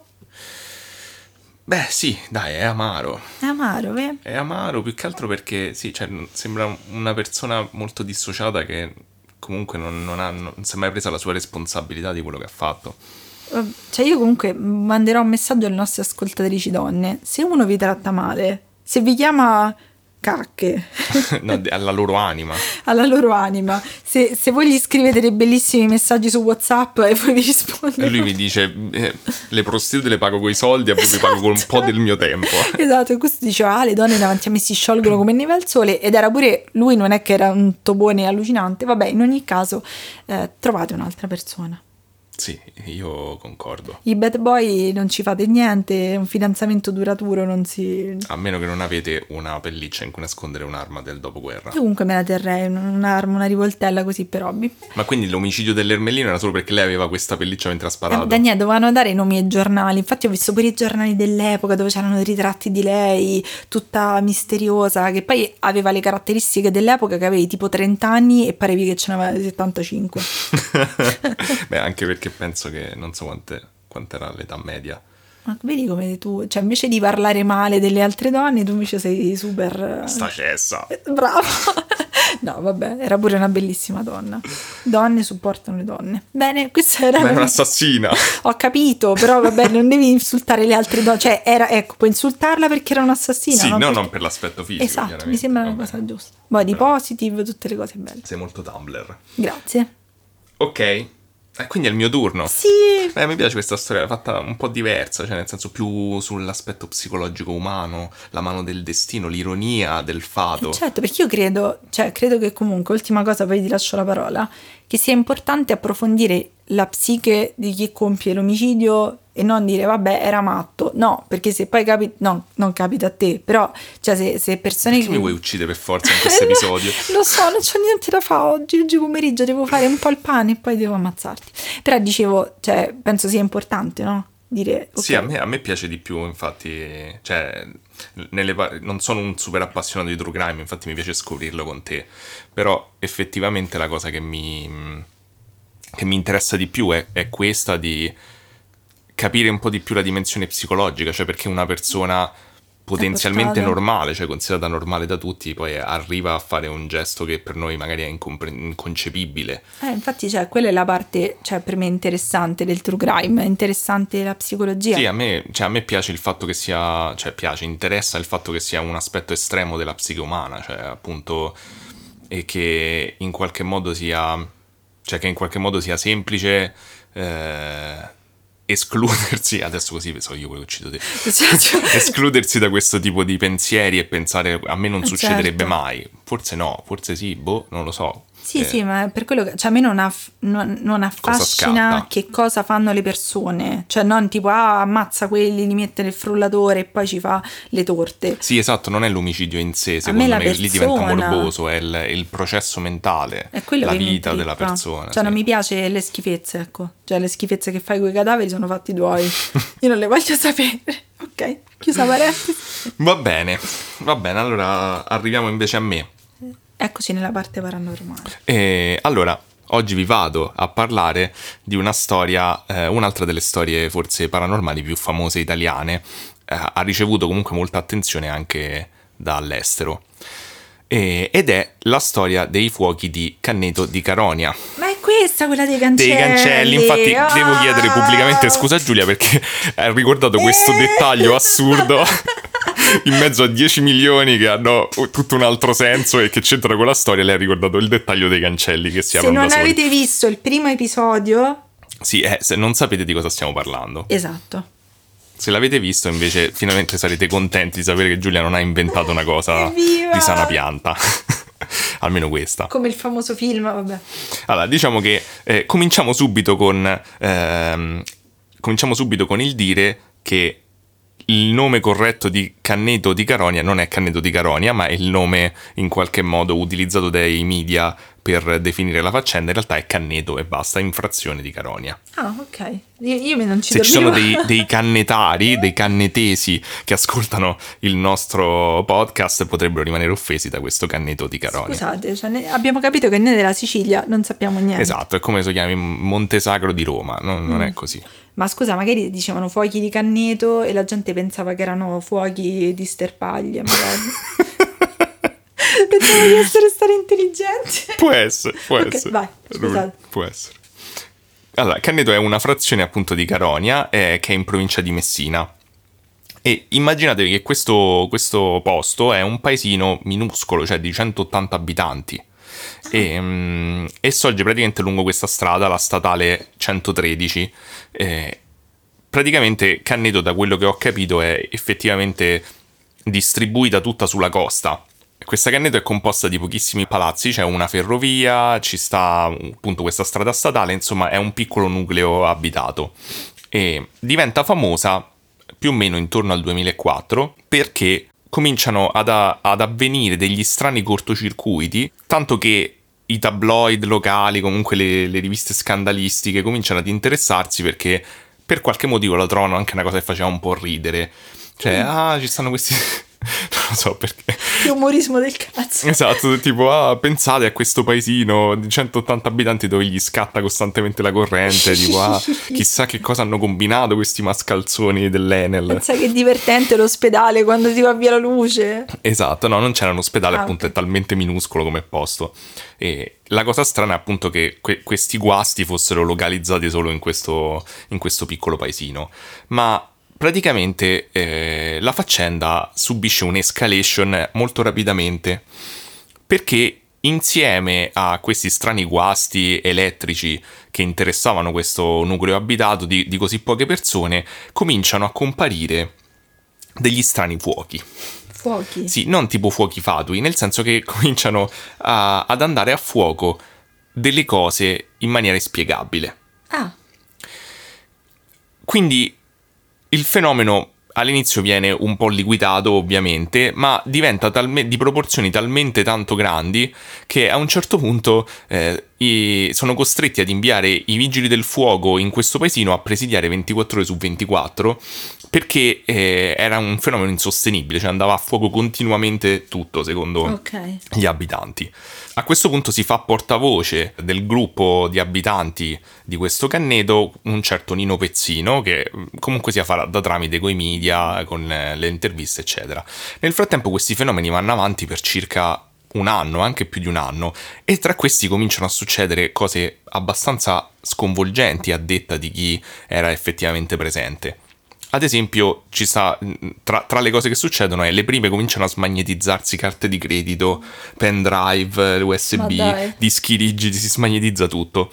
Beh, sì, dai, è amaro. È amaro, eh? È amaro più che altro perché, sì, cioè, sembra una persona molto dissociata che comunque non, non, ha, non si è mai presa la sua responsabilità di quello che ha fatto. Cioè io comunque manderò un messaggio alle nostre ascoltatrici donne: se uno vi tratta male, se vi chiama cacche No, alla loro anima, alla loro anima, se, se voi gli scrivete dei bellissimi messaggi su WhatsApp e voi vi rispondete e lui vi dice eh, le prostitute le pago coi soldi, a voi esatto. vi pago con un po' del mio tempo. Esatto, e questo diceva: ah, le donne davanti a me si sciolgono come neve al sole. Ed era pure lui, non è che era un topone allucinante. Vabbè, in ogni caso eh, trovate un'altra persona. Sì, io concordo. I bad boy non ci fate niente, un fidanzamento duraturo non si... A meno che non avete una pelliccia in cui nascondere un'arma del dopoguerra. Io comunque me la terrei, un'arma, una rivoltella così per hobby. Ma quindi l'omicidio dell'Ermellino era solo perché lei aveva questa pelliccia mentre ha sparato? Eh, Daniele, dovevano dare i nomi ai giornali. Infatti ho visto pure i giornali dell'epoca dove c'erano i ritratti di lei, tutta misteriosa, che poi aveva le caratteristiche dell'epoca, che avevi tipo trenta anni e parevi che ce n'aveva settantacinque. Beh, anche perché penso che non so quante, quant'era l'età media. Ma vedi come tu, cioè invece di parlare male delle altre donne, tu invece sei super... Sta cessa. Bravo. No, vabbè, era pure una bellissima donna. Donne supportano le donne. Bene, questa era... Ma è un'assassina. Ho capito, però vabbè, non devi insultare le altre donne. Cioè, era, ecco, puoi insultarla perché era un'assassina. Sì, no, perché... non per l'aspetto fisico. Esatto, mi sembra una vabbè. cosa giusta. Body Però... positive, tutte le cose belle. Sei molto Tumblr. Grazie. Ok. E eh, quindi è il mio turno. Sì. Eh, mi piace questa storia, fatta un po' diversa, cioè nel senso più sull'aspetto psicologico umano, la mano del destino, l'ironia del fato. Eh certo, perché io credo, cioè credo che comunque, ultima cosa, poi ti lascio la parola, che sia importante approfondire la psiche di chi compie l'omicidio e non dire vabbè era matto. No, perché se poi capita, no, non capita a te, però cioè se, se persone Perché che... mi vuoi uccidere per forza in questo episodio? Lo so, non c'ho niente da fare oggi, oggi pomeriggio devo fare un po' il pane e poi devo ammazzarti. Però dicevo, cioè penso sia importante, no? Dire okay. Sì, a me, a me piace di più, infatti, cioè nelle, non sono un super appassionato di true crime, infatti mi piace scoprirlo con te, però effettivamente la cosa che mi, che mi interessa di più è, è questa di capire un po' di più la dimensione psicologica, cioè perché una persona potenzialmente normale, cioè considerata normale da tutti, poi arriva a fare un gesto che per noi magari è incompre- inconcepibile. Eh, infatti, cioè, quella è la parte, cioè, per me interessante del true crime, è interessante la psicologia. Sì, a me, cioè, a me piace il fatto che sia, cioè piace, interessa il fatto che sia un aspetto estremo della psiche umana, cioè appunto, e che in qualche modo sia, cioè che in qualche modo sia semplice eh, escludersi, adesso così so io quello che uccido te, escludersi da questo tipo di pensieri e pensare a me non succederebbe certo. mai, forse no, forse sì, boh, non lo so. Sì, eh. sì, ma per quello che, cioè a me non, aff- non, non affascina cosa che cosa fanno le persone, cioè non tipo ah ammazza quelli, li mette nel frullatore e poi ci fa le torte. Sì, esatto, non è l'omicidio in sé, secondo me, me lì diventa morboso, è il, il processo mentale, è quello la che vita mi della persona. Cioè sì. non mi piace le schifezze, ecco, cioè le schifezze che fai con i cadaveri sono fatti tuoi, io non le voglio sapere. Ok, chiusa parentesi. Va bene, va bene, allora arriviamo invece a me. Eccoci nella parte paranormale. E allora, oggi vi vado a parlare di una storia, eh, un'altra delle storie forse paranormali più famose italiane, eh, ha ricevuto comunque molta attenzione anche dall'estero, e, ed è la storia dei fuochi di Canneto di Caronia. Ma è questa quella dei cancelli? Dei cancelli, infatti oh! devo chiedere pubblicamente scusa a Giulia perché ha ricordato questo eh! dettaglio assurdo in mezzo a dieci milioni che hanno tutto un altro senso e che c'entra con la storia. Lei ha ricordato il dettaglio dei cancelli che si aprono da soli. Se non avete visto il primo episodio, sì, eh, se non sapete di cosa stiamo parlando. Esatto. Se l'avete visto invece finalmente sarete contenti di sapere che Giulia non ha inventato una cosa Evviva! Di sana pianta. Almeno questa. Come il famoso film, vabbè. Allora, diciamo che eh, cominciamo subito con ehm, cominciamo subito con il dire che il nome corretto di Canneto di Caronia non è Canneto di Caronia, ma è il nome in qualche modo utilizzato dai media per definire la faccenda in realtà è Canneto e basta, infrazione di Caronia. Ah, ok. Io, io non ci Se ci sono dormivo. dei, dei cannetari, dei cannetesi che ascoltano il nostro podcast, potrebbero rimanere offesi da questo Canneto di Caronia. Scusate, cioè, ne- abbiamo capito che noi della Sicilia non sappiamo niente. Esatto, è come si chiami Montesacro di Roma, no? Non Mm. è così. Ma scusa, magari dicevano fuochi di Canneto e la gente pensava che erano fuochi di sterpaglie, magari. Pensavo di essere stare intelligenti. Può essere, può Ok, essere. vai, scusate. Può essere. Allora, Canneto è una frazione appunto di Caronia, eh, che è in provincia di Messina. E immaginatevi che questo, questo posto è un paesino minuscolo, cioè di centottanta abitanti. E, mm, e sorge praticamente lungo questa strada, la statale centotredici. Eh, praticamente Canneto, da quello che ho capito, è effettivamente distribuita tutta sulla costa. Questa Canneto è composta di pochissimi palazzi, c'è una ferrovia, ci sta appunto questa strada statale, insomma è un piccolo nucleo abitato. E diventa famosa più o meno intorno al duemilaquattro perché cominciano ad, a, ad avvenire degli strani cortocircuiti, tanto che i tabloid locali, comunque le, le riviste scandalistiche, cominciano ad interessarsi perché per qualche motivo la trovano anche una cosa che faceva un po' ridere. Cioè, mm. ah, ci stanno questi... non lo so perché. Che umorismo del cazzo. Esatto, tipo, ah, pensate a questo paesino di centottanta abitanti dove gli scatta costantemente la corrente, tipo, ah, chissà che cosa hanno combinato questi mascalzoni dell'Enel. Pensa che è divertente l'ospedale quando ti va via la luce. Esatto, no, non c'era un ospedale, ah, appunto, okay. È talmente minuscolo come posto. E la cosa strana è appunto che que- questi guasti fossero localizzati solo in questo, in questo piccolo paesino. Ma praticamente eh, la faccenda subisce un'escalation molto rapidamente perché insieme a questi strani guasti elettrici che interessavano questo nucleo abitato di, di così poche persone, cominciano a comparire degli strani fuochi. Fuochi? Sì, non tipo fuochi fatui, nel senso che cominciano a, ad andare a fuoco delle cose in maniera inspiegabile. Ah. Quindi il fenomeno all'inizio viene un po' liquidato ovviamente, ma diventa talme- di proporzioni talmente tanto grandi che a un certo punto eh, i- sono costretti ad inviare i vigili del fuoco in questo paesino a presidiare ventiquattro ore su ventiquattro perché eh, era un fenomeno insostenibile, cioè andava a fuoco continuamente tutto secondo okay. gli abitanti. A questo punto si fa portavoce del gruppo di abitanti di questo Canneto un certo Nino Pezzino, che comunque sia fa da tramite coi media, con le interviste eccetera. Nel frattempo questi fenomeni vanno avanti per circa un anno, anche più di un anno, e tra questi cominciano a succedere cose abbastanza sconvolgenti a detta di chi era effettivamente presente. Ad esempio, ci sta tra, tra le cose che succedono è le prime cominciano a smagnetizzarsi carte di credito, pendrive, U S B, dischi rigidi, si smagnetizza tutto.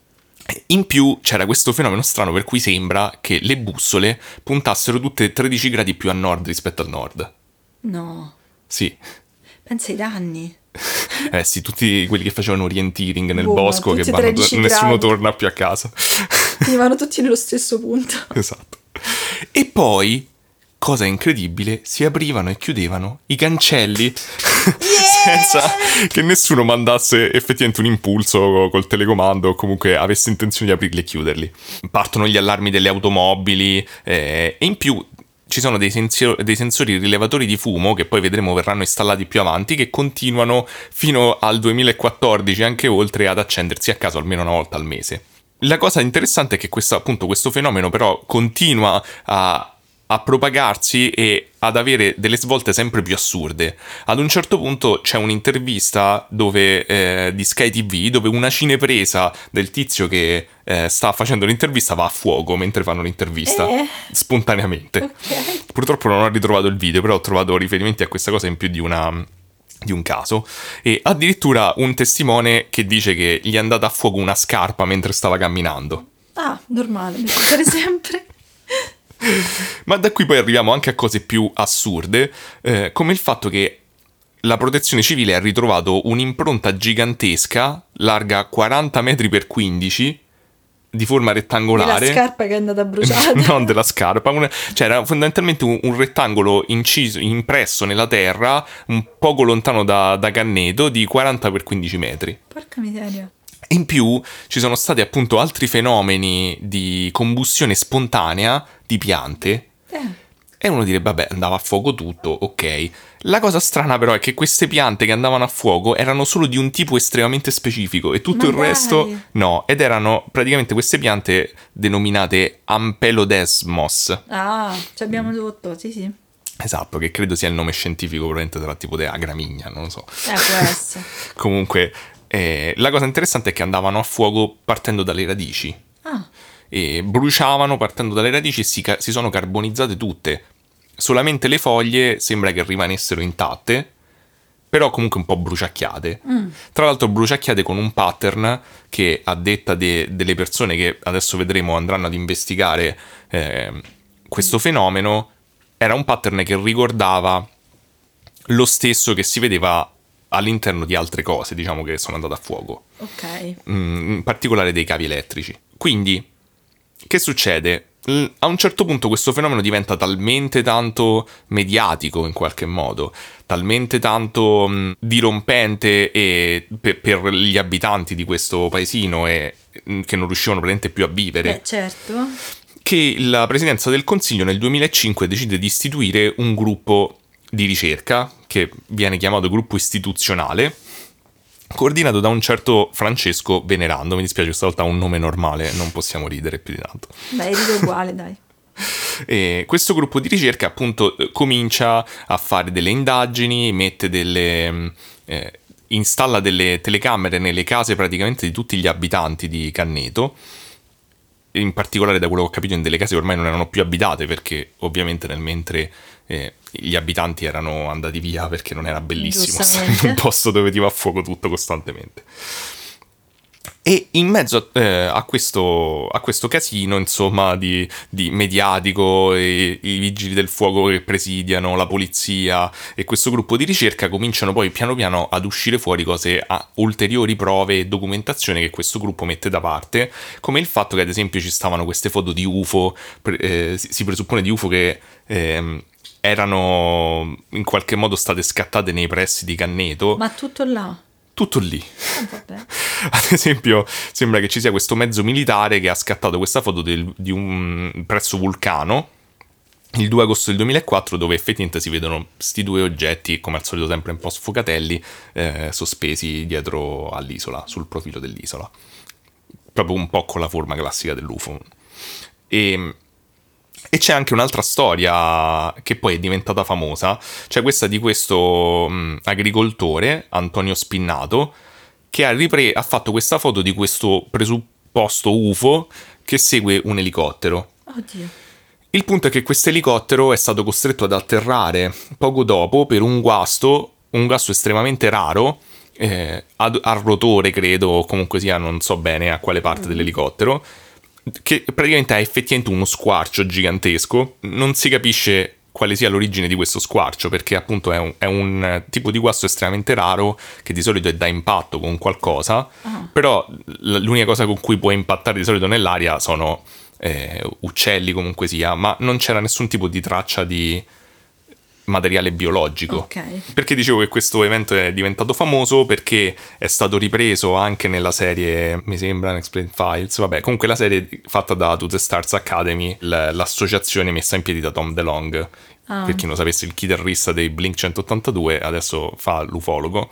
In più c'era questo fenomeno strano per cui sembra che le bussole puntassero tutte tredici gradi più a nord rispetto al nord. No. Sì. Pensa ai danni. Eh sì, tutti quelli che facevano orienteering nel Boh, bosco, che vanno, nessuno torna più a casa. Quindi vanno tutti nello stesso punto. Esatto. E poi, cosa incredibile, si aprivano e chiudevano i cancelli yeah! senza che nessuno mandasse effettivamente un impulso col telecomando o comunque avesse intenzione di aprirli e chiuderli. Partono gli allarmi delle automobili eh, e in più ci sono dei, sensio- dei sensori rilevatori di fumo che poi vedremo verranno installati più avanti, che continuano fino al duemilaquattordici, anche oltre, ad accendersi a caso almeno una volta al mese. La cosa interessante è che questo, appunto, questo fenomeno però continua a, a propagarsi e ad avere delle svolte sempre più assurde. Ad un certo punto c'è un'intervista dove, eh, di Sky T V dove una cinepresa del tizio che eh, sta facendo l'intervista va a fuoco mentre fanno l'intervista, eh. spontaneamente. Okay. Purtroppo non ho ritrovato il video, però ho trovato riferimenti a questa cosa in più di una... di un caso, e addirittura un testimone che dice che gli è andata a fuoco una scarpa mentre stava camminando. Ah, normale, per sempre. Ma da qui poi arriviamo anche a cose più assurde, eh, come il fatto che la protezione civile ha ritrovato un'impronta gigantesca, larga quaranta metri per quindici, di forma rettangolare. Della scarpa che è andata bruciata. Non della scarpa. Una, cioè era fondamentalmente un, un rettangolo inciso, impresso nella terra, un poco lontano da, da Canneto, di quaranta per quindici metri. Porca miseria. In più ci sono stati appunto altri fenomeni di combustione spontanea di piante. Eh. E uno direbbe, vabbè, andava a fuoco tutto, ok. La cosa strana però è che queste piante che andavano a fuoco erano solo di un tipo estremamente specifico e tutto Ma il dai. resto no. Ed erano praticamente queste piante denominate Ampelodesmos. Ah, ci abbiamo tutto, sì sì. Esatto, che credo sia il nome scientifico, probabilmente sarà tipo della gramigna, non lo so. Eh, può essere. Comunque, eh, la cosa interessante è che andavano a fuoco partendo dalle radici. Ah. E bruciavano partendo dalle radici e si, ca- si sono carbonizzate tutte. Solamente le foglie sembra che rimanessero intatte, però comunque un po' bruciacchiate. Mm. Tra l'altro bruciacchiate con un pattern che, a detta de- delle persone che adesso vedremo andranno ad investigare eh, questo mm. fenomeno, era un pattern che ricordava lo stesso che si vedeva all'interno di altre cose, diciamo, che sono andate a fuoco. Ok. Mm, in particolare dei cavi elettrici. Quindi, che succede? A un certo punto questo fenomeno diventa talmente tanto mediatico in qualche modo, talmente tanto mh, dirompente e per, per gli abitanti di questo paesino e mh, che non riuscivano praticamente più a vivere. Beh, certo. Che la presidenza del Consiglio nel duemilacinque decide di istituire un gruppo di ricerca che viene chiamato gruppo istituzionale, coordinato da un certo Francesco Venerando. Mi dispiace, stavolta ha un nome normale, non possiamo ridere più di tanto. Dai, rido uguale, dai. E questo gruppo di ricerca appunto comincia a fare delle indagini, mette delle... Eh, installa delle telecamere nelle case praticamente di tutti gli abitanti di Canneto, in particolare da quello che ho capito in delle case che ormai non erano più abitate perché ovviamente nel mentre eh, gli abitanti erano andati via perché non era bellissimo stare in un posto dove ti va a fuoco tutto costantemente. E in mezzo a, eh, a, questo, a questo casino, insomma, di, di mediatico, e i vigili del fuoco che presidiano, la polizia e questo gruppo di ricerca cominciano poi piano piano ad uscire fuori cose, a ulteriori prove e documentazione che questo gruppo mette da parte, come il fatto che ad esempio ci stavano queste foto di U F O, eh, si presuppone di U F O che... Eh, erano in qualche modo state scattate nei pressi di Canneto. Ma tutto là? Tutto lì. Oh, vabbè. Ad esempio, sembra che ci sia questo mezzo militare che ha scattato questa foto del, di un presso Vulcano il due agosto del duemilaquattro, dove effettivamente si vedono sti due oggetti, come al solito sempre un po' sfocatelli, eh, sospesi dietro all'isola, sul profilo dell'isola. Proprio un po' con la forma classica dell'U F O. E... E c'è anche un'altra storia che poi è diventata famosa, cioè questa di questo mh, agricoltore, Antonio Spinnato, che ha, ripre- ha fatto questa foto di questo presupposto U F O che segue un elicottero. Oddio. Il punto è che questo elicottero è stato costretto ad atterrare poco dopo per un guasto, un guasto estremamente raro, eh, a, a rotore credo, o comunque sia non so bene a quale parte mm. dell'elicottero, che praticamente ha effettivamente uno squarcio gigantesco. Non si capisce quale sia l'origine di questo squarcio, perché appunto è un, è un tipo di guasto estremamente raro che di solito è da impatto con qualcosa, uh-huh. però l'unica cosa con cui può impattare di solito nell'aria sono eh, uccelli comunque sia, ma non c'era nessun tipo di traccia di materiale biologico. Okay. Perché dicevo che questo evento è diventato famoso? Perché è stato ripreso anche nella serie, mi sembra, Unexplained Files, vabbè, comunque la serie fatta da To The Stars Academy, l- l'associazione messa in piedi da Tom DeLonge, ah. per chi non sapesse, il chitarrista dei Blink centottantadue, adesso fa l'ufologo,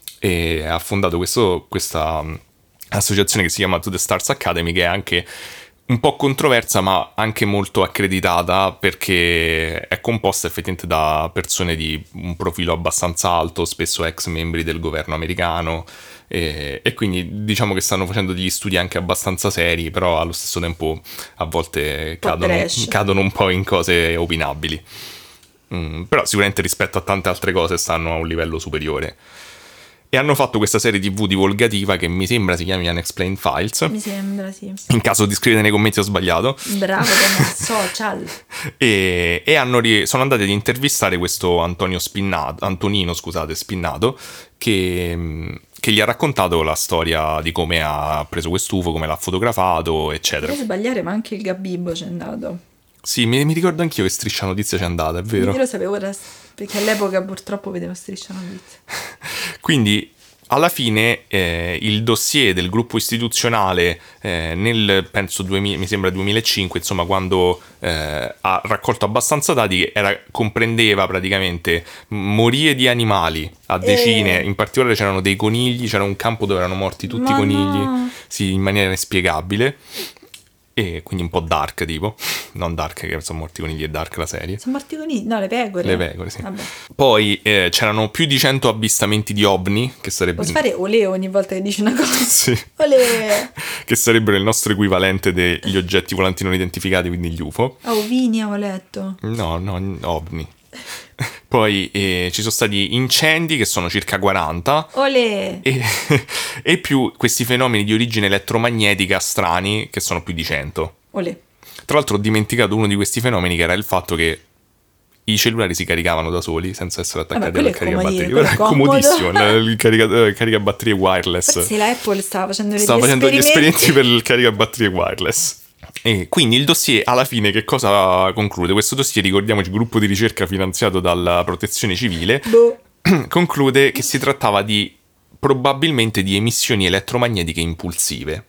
e ha fondato questo, questa associazione che si chiama To The Stars Academy, che è anche un po' controversa ma anche molto accreditata, perché è composta effettivamente da persone di un profilo abbastanza alto, spesso ex membri del governo americano, e, e quindi diciamo che stanno facendo degli studi anche abbastanza seri, però allo stesso tempo a volte cadono, cadono un po' in cose opinabili, mm, però sicuramente rispetto a tante altre cose stanno a un livello superiore. E hanno fatto questa serie tivù divulgativa che mi sembra si chiami Unexplained Files. Mi sembra, sì. In caso di scrivere nei commenti ho sbagliato. Bravo, come social. E, e hanno ri- sono andati ad intervistare questo Antonio Spinnato, Antonino, scusate, Spinnato, che, che gli ha raccontato la storia di come ha preso quest'U F O, come l'ha fotografato, eccetera. Non sbagliare, ma anche il Gabibbo c'è andato. Sì, mi, mi ricordo anch'io che Striscia Notizia c'è andata, è vero. Io lo sapevo ora, perché all'epoca purtroppo vedevo Striscia Notizia. Quindi alla fine eh, il dossier del gruppo istituzionale eh, nel, penso, duemila, mi sembra duemilacinque, insomma, quando eh, ha raccolto abbastanza dati, era, comprendeva praticamente morie di animali a decine, Eh. in particolare c'erano dei conigli, c'era un campo dove erano morti tutti Ma i conigli, no. sì, in maniera inspiegabile. E quindi un po' dark, tipo, non dark che sono morti i conigli, è dark la serie. Sono morti con i... No, le pecore. Le pecore, sì. Vabbè. Poi eh, c'erano più di cento avvistamenti di ovni, che sarebbe... Posso fare olè ogni volta che dici una cosa? Sì. Olè. Che sarebbero il nostro equivalente degli oggetti volanti non identificati, quindi gli U F O. Ah, ovini avevo letto. No, no, ovni. Poi eh, ci sono stati incendi, che sono circa quaranta, Olè. e, e più questi fenomeni di origine elettromagnetica strani, che sono più di cento. Olè. Tra l'altro ho dimenticato uno di questi fenomeni, che era il fatto che i cellulari si caricavano da soli senza essere attaccati Vabbè, al quello è caricabatterie. comodino, Quello è quello è comodissimo, comodo. il, il carica- il caricabatterie wireless. Forse la Apple stava facendo degli Stava facendo gli esperimenti. esperimenti per il caricabatterie wireless. E quindi il dossier alla fine che cosa conclude? Questo dossier, ricordiamoci, gruppo di ricerca finanziato dalla Protezione Civile, Boh. conclude che si trattava di probabilmente di emissioni elettromagnetiche impulsive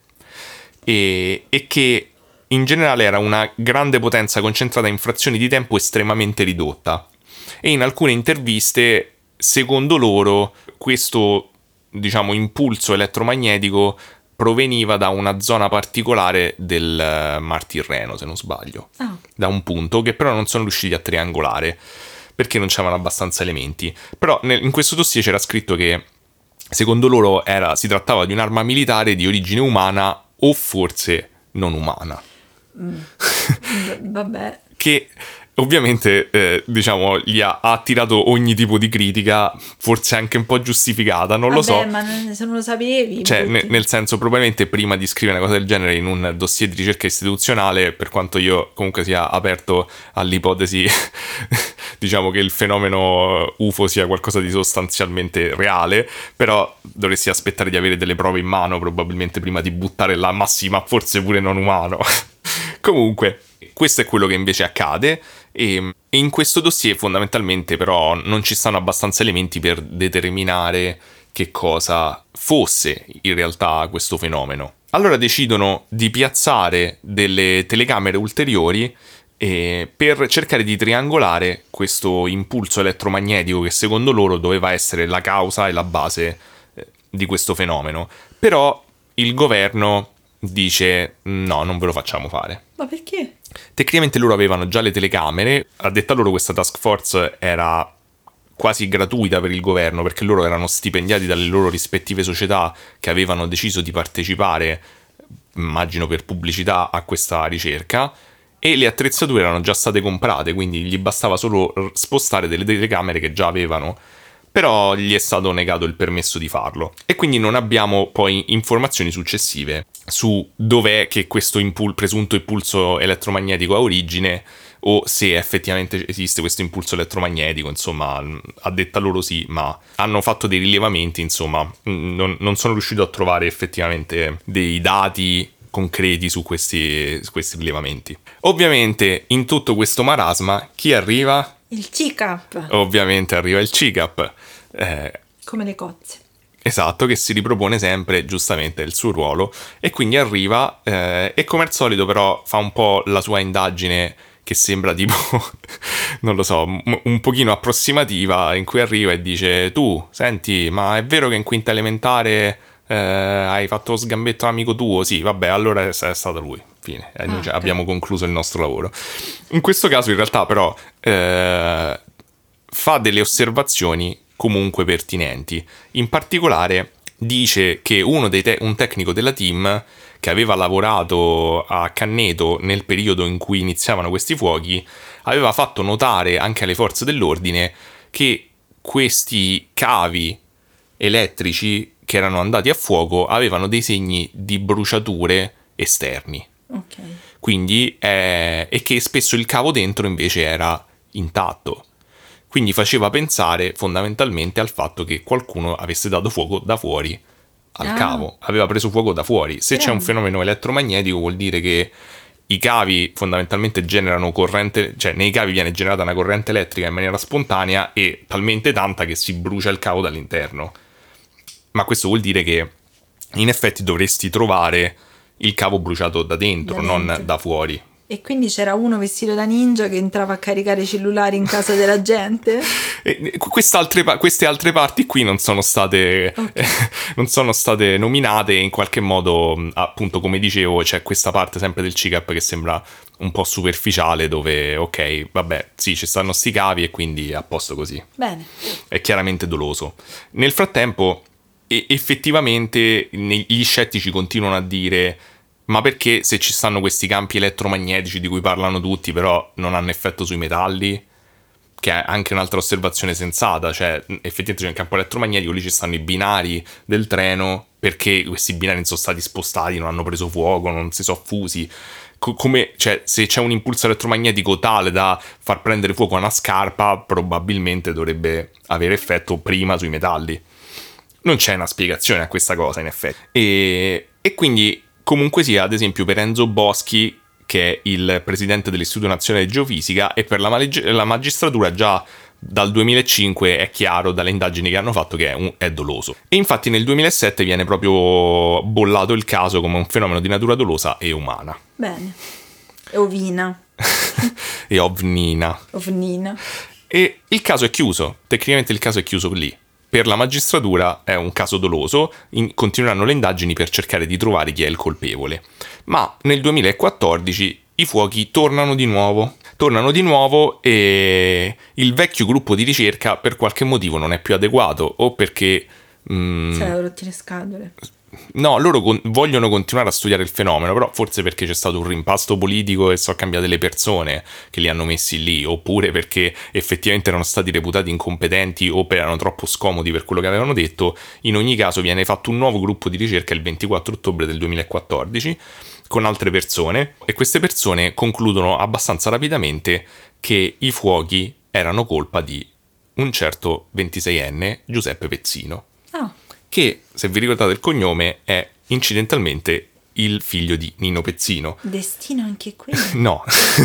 e, e che in generale era una grande potenza concentrata in frazioni di tempo estremamente ridotta. E in alcune interviste, secondo loro, questo, diciamo, impulso elettromagnetico proveniva da una zona particolare del Mar Tirreno, se non sbaglio, Ah. da un punto che però non sono riusciti a triangolare perché non c'erano abbastanza elementi. Però nel, in questo dossier c'era scritto che secondo loro era, si trattava di un'arma militare di origine umana o forse non umana. Mm. Vabbè. Che ovviamente eh, diciamo gli ha, ha attirato ogni tipo di critica, forse anche un po' giustificata, non Vabbè, lo so. ma non- se non lo sapevi. Cioè, ne- butti. nel senso, probabilmente prima di scrivere una cosa del genere in un dossier di ricerca istituzionale, per quanto io comunque sia aperto all'ipotesi, diciamo che il fenomeno U F O sia qualcosa di sostanzialmente reale, però dovresti aspettare di avere delle prove in mano, probabilmente prima di buttare la massima, forse pure non umano. Comunque, questo è quello che invece accade. E in questo dossier fondamentalmente però non ci stanno abbastanza elementi per determinare che cosa fosse in realtà questo fenomeno. Allora decidono di piazzare delle telecamere ulteriori eh, per cercare di triangolare questo impulso elettromagnetico che secondo loro doveva essere la causa e la base eh, di questo fenomeno. Però il governo dice no, non ve lo facciamo fare. Ma perché? Tecnicamente loro avevano già le telecamere, a detta loro questa task force era quasi gratuita per il governo perché loro erano stipendiati dalle loro rispettive società che avevano deciso di partecipare, immagino per pubblicità, a questa ricerca, e le attrezzature erano già state comprate, quindi gli bastava solo spostare delle telecamere che già avevano, però gli è stato negato il permesso di farlo e quindi non abbiamo poi informazioni successive su dov'è che questo impul- presunto impulso elettromagnetico ha origine o se effettivamente esiste questo impulso elettromagnetico. Insomma, a detta loro sì, ma hanno fatto dei rilevamenti, insomma, non, non sono riuscito a trovare effettivamente dei dati concreti su questi, su questi rilevamenti. Ovviamente in tutto questo marasma chi arriva? Il C I C A P. Ovviamente arriva il C I C A P, eh, Come le cozze. esatto, che si ripropone sempre giustamente il suo ruolo e quindi arriva eh, e come al solito però fa un po' la sua indagine che sembra tipo, non lo so, m- un pochino approssimativa, in cui arriva e dice tu, senti, ma è vero che in quinta elementare eh, hai fatto lo sgambetto all'amico tuo? Sì, vabbè, allora è, è stato lui. Fine, eh, noi Ah, già ok. abbiamo concluso il nostro lavoro. In questo caso in realtà però eh, fa delle osservazioni comunque pertinenti. In particolare dice che uno dei te- un tecnico della team che aveva lavorato a Canneto nel periodo in cui iniziavano questi fuochi aveva fatto notare anche alle forze dell'ordine che questi cavi elettrici che erano andati a fuoco avevano dei segni di bruciature esterni. Ok. Quindi eh, e che spesso il cavo dentro invece era intatto. Quindi faceva pensare fondamentalmente al fatto che qualcuno avesse dato fuoco da fuori al Ah. cavo, aveva preso fuoco da fuori. Se c'è un Grande. fenomeno elettromagnetico vuol dire che i cavi fondamentalmente generano corrente, cioè nei cavi viene generata una corrente elettrica in maniera spontanea e talmente tanta che si brucia il cavo dall'interno. Ma questo vuol dire che in effetti dovresti trovare il cavo bruciato da dentro, Da non dentro. da fuori. E quindi c'era uno vestito da ninja che entrava a caricare i cellulari in casa della gente? E quest'altre pa- queste altre parti qui non sono state Ok. non sono state nominate e in qualche modo, mh, appunto, come dicevo, c'è questa parte sempre del C C A P che sembra un po' superficiale, dove ok, vabbè, sì, ci stanno sti cavi e quindi a posto così. Bene. È chiaramente doloso. Nel frattempo, e- effettivamente, ne- gli scettici continuano a dire: ma perché se ci stanno questi campi elettromagnetici di cui parlano tutti, però non hanno effetto sui metalli? Che è anche un'altra osservazione sensata, cioè effettivamente c'è un campo elettromagnetico, lì ci stanno i binari del treno, perché questi binari non sono stati spostati, non hanno preso fuoco, non si sono fusi. Co- come, cioè, se c'è un impulso elettromagnetico tale da far prendere fuoco a una scarpa, probabilmente dovrebbe avere effetto prima sui metalli. Non c'è una spiegazione a questa cosa, in effetti. E, e quindi, comunque sia, ad esempio, per Enzo Boschi, che è il presidente dell'Istituto Nazionale di Geofisica, e per la, maleg- la magistratura già dal duemilacinque è chiaro dalle indagini che hanno fatto che è, un- è doloso. E infatti nel duemilasette viene proprio bollato il caso come un fenomeno di natura dolosa e umana. Bene. Ovina. E ovnina. Ovnina. E il caso è chiuso, tecnicamente il caso è chiuso lì. Per la magistratura è un caso doloso, in- continueranno le indagini per cercare di trovare chi è il colpevole. Ma nel duemilaquattordici i fuochi tornano di nuovo. Tornano di nuovo e il vecchio gruppo di ricerca per qualche motivo non è più adeguato, o perché... mm, Se l'ho rotti le scatole. No, loro con- vogliono continuare a studiare il fenomeno, però forse perché c'è stato un rimpasto politico e sono cambiate le persone che li hanno messi lì, oppure perché effettivamente erano stati reputati incompetenti o erano troppo scomodi per quello che avevano detto. In ogni caso viene fatto un nuovo gruppo di ricerca il ventiquattro ottobre del duemilaquattordici con altre persone, e queste persone concludono abbastanza rapidamente che i fuochi erano colpa di un certo ventiseienne Giuseppe Pezzino, Ah, che, se vi ricordate il cognome, è incidentalmente il figlio di Nino Pezzino. destino anche qui. No,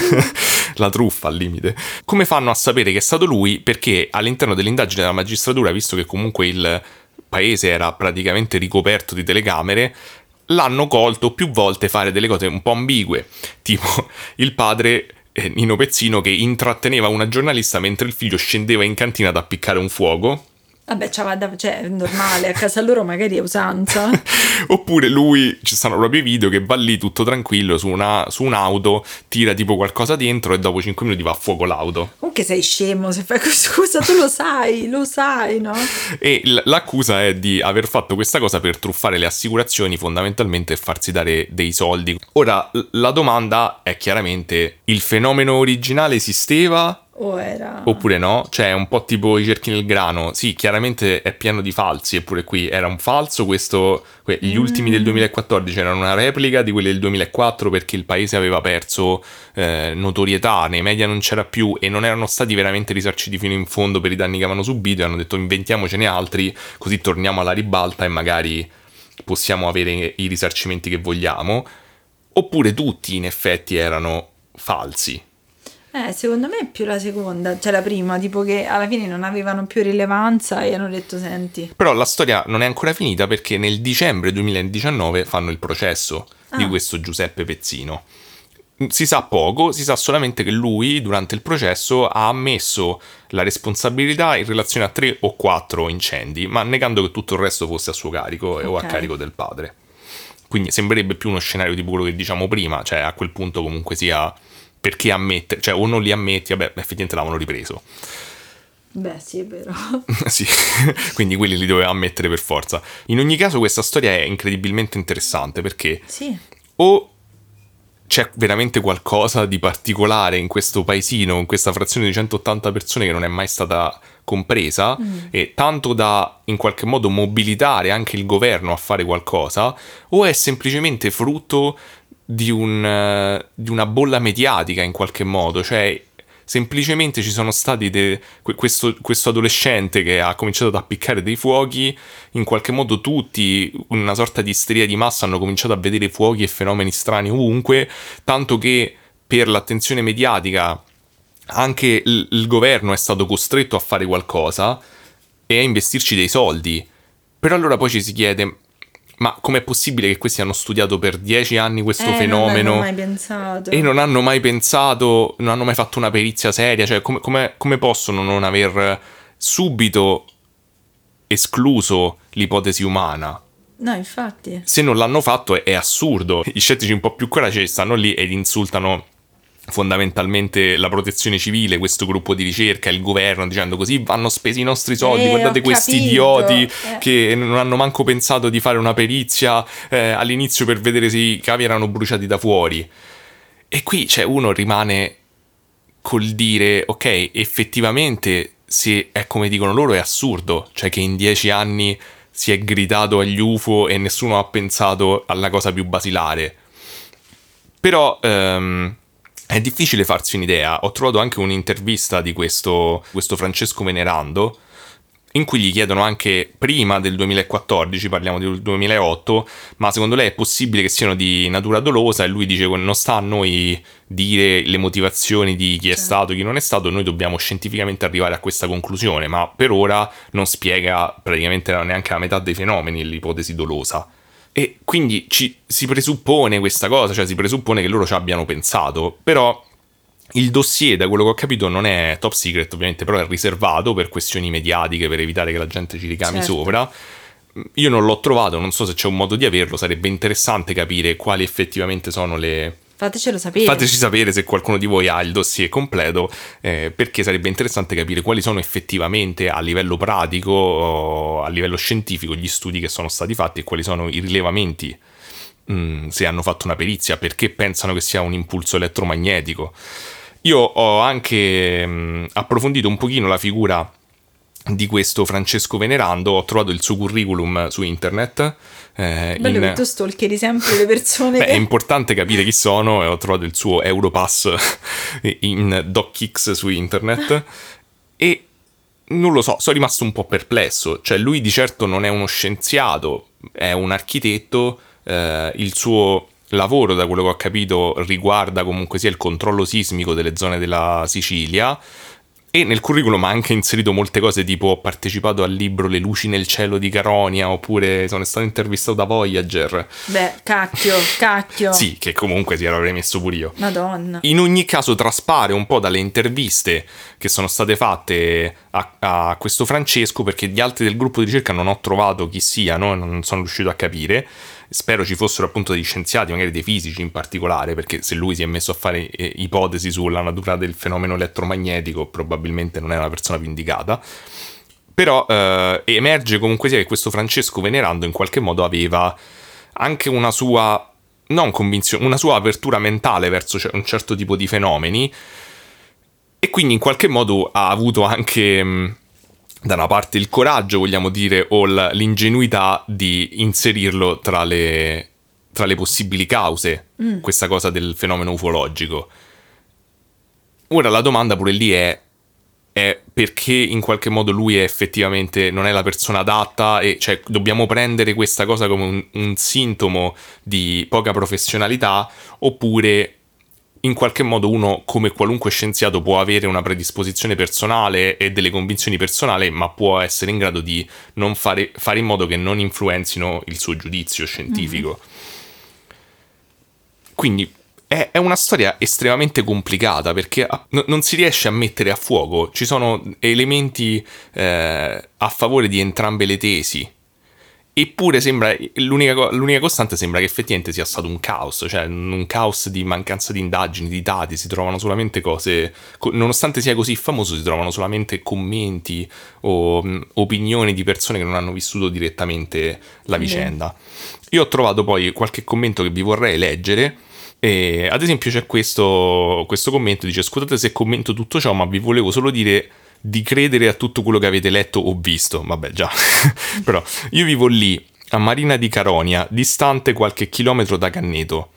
la truffa al limite. Come fanno a sapere che è stato lui? Perché all'interno dell'indagine della magistratura, visto che comunque il paese era praticamente ricoperto di telecamere, l'hanno colto più volte fare delle cose un po' ambigue, tipo il padre, eh, Nino Pezzino, che intratteneva una giornalista mentre il figlio scendeva in cantina ad appiccare un fuoco. Vabbè, cioè, va- cioè, è normale, a casa loro magari è usanza. Oppure lui, ci stanno proprio i video che va lì tutto tranquillo su, una, su un'auto, tira tipo qualcosa dentro e dopo cinque minuti va a fuoco l'auto. Comunque sei scemo se fai questa cosa, tu lo sai, lo sai, no? E l- l'accusa è di aver fatto questa cosa per truffare le assicurazioni, fondamentalmente, e farsi dare dei soldi. Ora, l- la domanda è chiaramente: il fenomeno originale esisteva? O era... Oppure no? Cioè è un po' tipo i cerchi nel grano. Sì, chiaramente è pieno di falsi, eppure qui era un falso. Questo, que- gli Mm. ultimi del duemilaquattordici erano una replica di quelli del duemilaquattro, perché il paese aveva perso eh, notorietà, nei media non c'era più e non erano stati veramente risarciti fino in fondo per i danni che avevano subito, e hanno detto inventiamocene altri, così torniamo alla ribalta e magari possiamo avere i risarcimenti che vogliamo. Oppure tutti in effetti erano falsi. Eh, secondo me è più la seconda, cioè la prima, tipo che alla fine non avevano più rilevanza e hanno detto, senti... Però la storia non è ancora finita, perché nel dicembre duemiladiciannove fanno il processo di Ah. questo Giuseppe Pezzino. Si sa poco, si sa solamente che lui durante il processo ha ammesso la responsabilità in relazione a tre o quattro incendi, ma negando che tutto il resto fosse a suo carico e o a Ok. carico del padre. Quindi sembrerebbe più uno scenario tipo quello che diciamo prima, cioè a quel punto comunque sia... Perché ammettere? Cioè o non li ammetti, vabbè, effettivamente l'avevano ripreso. Beh, sì, è vero. Sì, quindi quelli li doveva ammettere per forza. In ogni caso questa storia è incredibilmente interessante, perché Sì. o c'è veramente qualcosa di particolare in questo paesino, in questa frazione di centottanta persone che non è mai stata compresa, e tanto da in qualche modo mobilitare anche il governo a fare qualcosa, o è semplicemente frutto di, un, eh, di una bolla mediatica in qualche modo. Cioè semplicemente ci sono stati de- questo, questo adolescente che ha cominciato ad appiccare dei fuochi, in qualche modo tutti, una sorta di isteria di massa, hanno cominciato a vedere fuochi e fenomeni strani ovunque, tanto che per l'attenzione mediatica anche il, il governo è stato costretto a fare qualcosa e a investirci dei soldi. Però allora poi ci si chiede: ma com'è possibile che questi hanno studiato per dieci anni questo eh, fenomeno non hanno mai pensato. e non hanno mai pensato, non hanno mai fatto una perizia seria? Cioè, come, come, come possono non aver subito escluso l'ipotesi umana? No, infatti. Se non l'hanno fatto è, è assurdo. Gli scettici un po' più coraggiosi stanno lì ed insultano fondamentalmente la protezione civile, questo gruppo di ricerca, il governo, dicendo così vanno spesi i nostri soldi, eh, guardate questi capito. idioti eh. che non hanno manco pensato di fare una perizia eh, all'inizio per vedere se i cavi erano bruciati da fuori. E qui cioè, uno rimane col dire ok, effettivamente se è come dicono loro è assurdo, cioè che in dieci anni si è gridato agli U F O e nessuno ha pensato alla cosa più basilare. Però ehm, è difficile farsi un'idea. Ho trovato anche un'intervista di questo, questo Francesco Venerando, in cui gli chiedono anche prima del duemilaquattordici, parliamo del duemilaotto, ma secondo lei è possibile che siano di natura dolosa? E lui dice: non sta a noi dire le motivazioni di chi è Certo. stato, chi non è stato, noi dobbiamo scientificamente arrivare a questa conclusione, ma per ora non spiega praticamente neanche la metà dei fenomeni l'ipotesi dolosa. E quindi ci, si presuppone questa cosa, cioè si presuppone che loro ci abbiano pensato, però il dossier, da quello che ho capito, non è top secret ovviamente, però è riservato per questioni mediatiche, per evitare che la gente ci ricami Certo. sopra. Io non l'ho trovato, non so se c'è un modo di averlo, sarebbe interessante capire quali effettivamente sono le... Fatecelo sapere. Fateci sapere se qualcuno di voi ha il dossier completo, eh, perché sarebbe interessante capire quali sono effettivamente a livello pratico o a livello scientifico gli studi che sono stati fatti e quali sono i rilevamenti, mh, se hanno fatto una perizia, perché pensano che sia un impulso elettromagnetico. Io ho anche mh, approfondito un pochino la figura di questo Francesco Venerando, ho trovato il suo curriculum su internet. Eh, Bello in... che tu stalkeri sempre le persone. Beh, che... è importante capire chi sono e ho trovato il suo Europass in DocX su internet e non lo so, sono rimasto un po' perplesso. Cioè lui di certo non è uno scienziato, è un architetto, eh, il suo lavoro, da quello che ho capito, riguarda comunque sia il controllo sismico delle zone della Sicilia. E nel curriculum ha anche inserito molte cose tipo ho partecipato al libro Le luci nel cielo di Caronia, oppure sono stato intervistato da Voyager. Beh, cacchio, cacchio. Sì, che comunque sì, l'avrei messo pure io. Madonna. In ogni caso traspare un po' dalle interviste che sono state fatte a, a questo Francesco, perché gli altri del gruppo di ricerca non ho trovato chi siano, non sono riuscito a capire. Spero ci fossero appunto degli scienziati, magari dei fisici in particolare, perché se lui si è messo a fare eh, ipotesi sulla natura del fenomeno elettromagnetico probabilmente non è una persona più indicata. Però eh, emerge comunque sia che questo Francesco Venerando in qualche modo aveva anche una sua, non convinzione, una sua apertura mentale verso un certo tipo di fenomeni, e quindi in qualche modo ha avuto anche... Mh, da una parte il coraggio, vogliamo dire, o l'ingenuità di inserirlo tra le, tra le possibili cause, mm. questa cosa del fenomeno ufologico. Ora la domanda pure lì è, è perché in qualche modo lui è effettivamente non è la persona adatta, e cioè dobbiamo prendere questa cosa come un, un sintomo di poca professionalità, oppure in qualche modo uno, come qualunque scienziato, può avere una predisposizione personale e delle convinzioni personali, ma può essere in grado di non fare, fare in modo che non influenzino il suo giudizio scientifico. Mm-hmm. Quindi è, è una storia estremamente complicata, perché a, no, non si riesce a mettere a fuoco. Ci sono elementi eh, a favore di entrambe le tesi. Eppure sembra, l'unica, l'unica costante sembra che effettivamente sia stato un caos, cioè un caos di mancanza di indagini, di dati, si trovano solamente cose, nonostante sia così famoso, si trovano solamente commenti o mh, opinioni di persone che non hanno vissuto direttamente la vicenda. Io ho trovato poi qualche commento che vi vorrei leggere, e ad esempio c'è questo, questo commento, dice: scusate se commento tutto ciò, ma vi volevo solo dire di credere a tutto quello che avete letto o visto. Vabbè, già. Però io vivo lì, a Marina di Caronia, distante qualche chilometro da Canneto.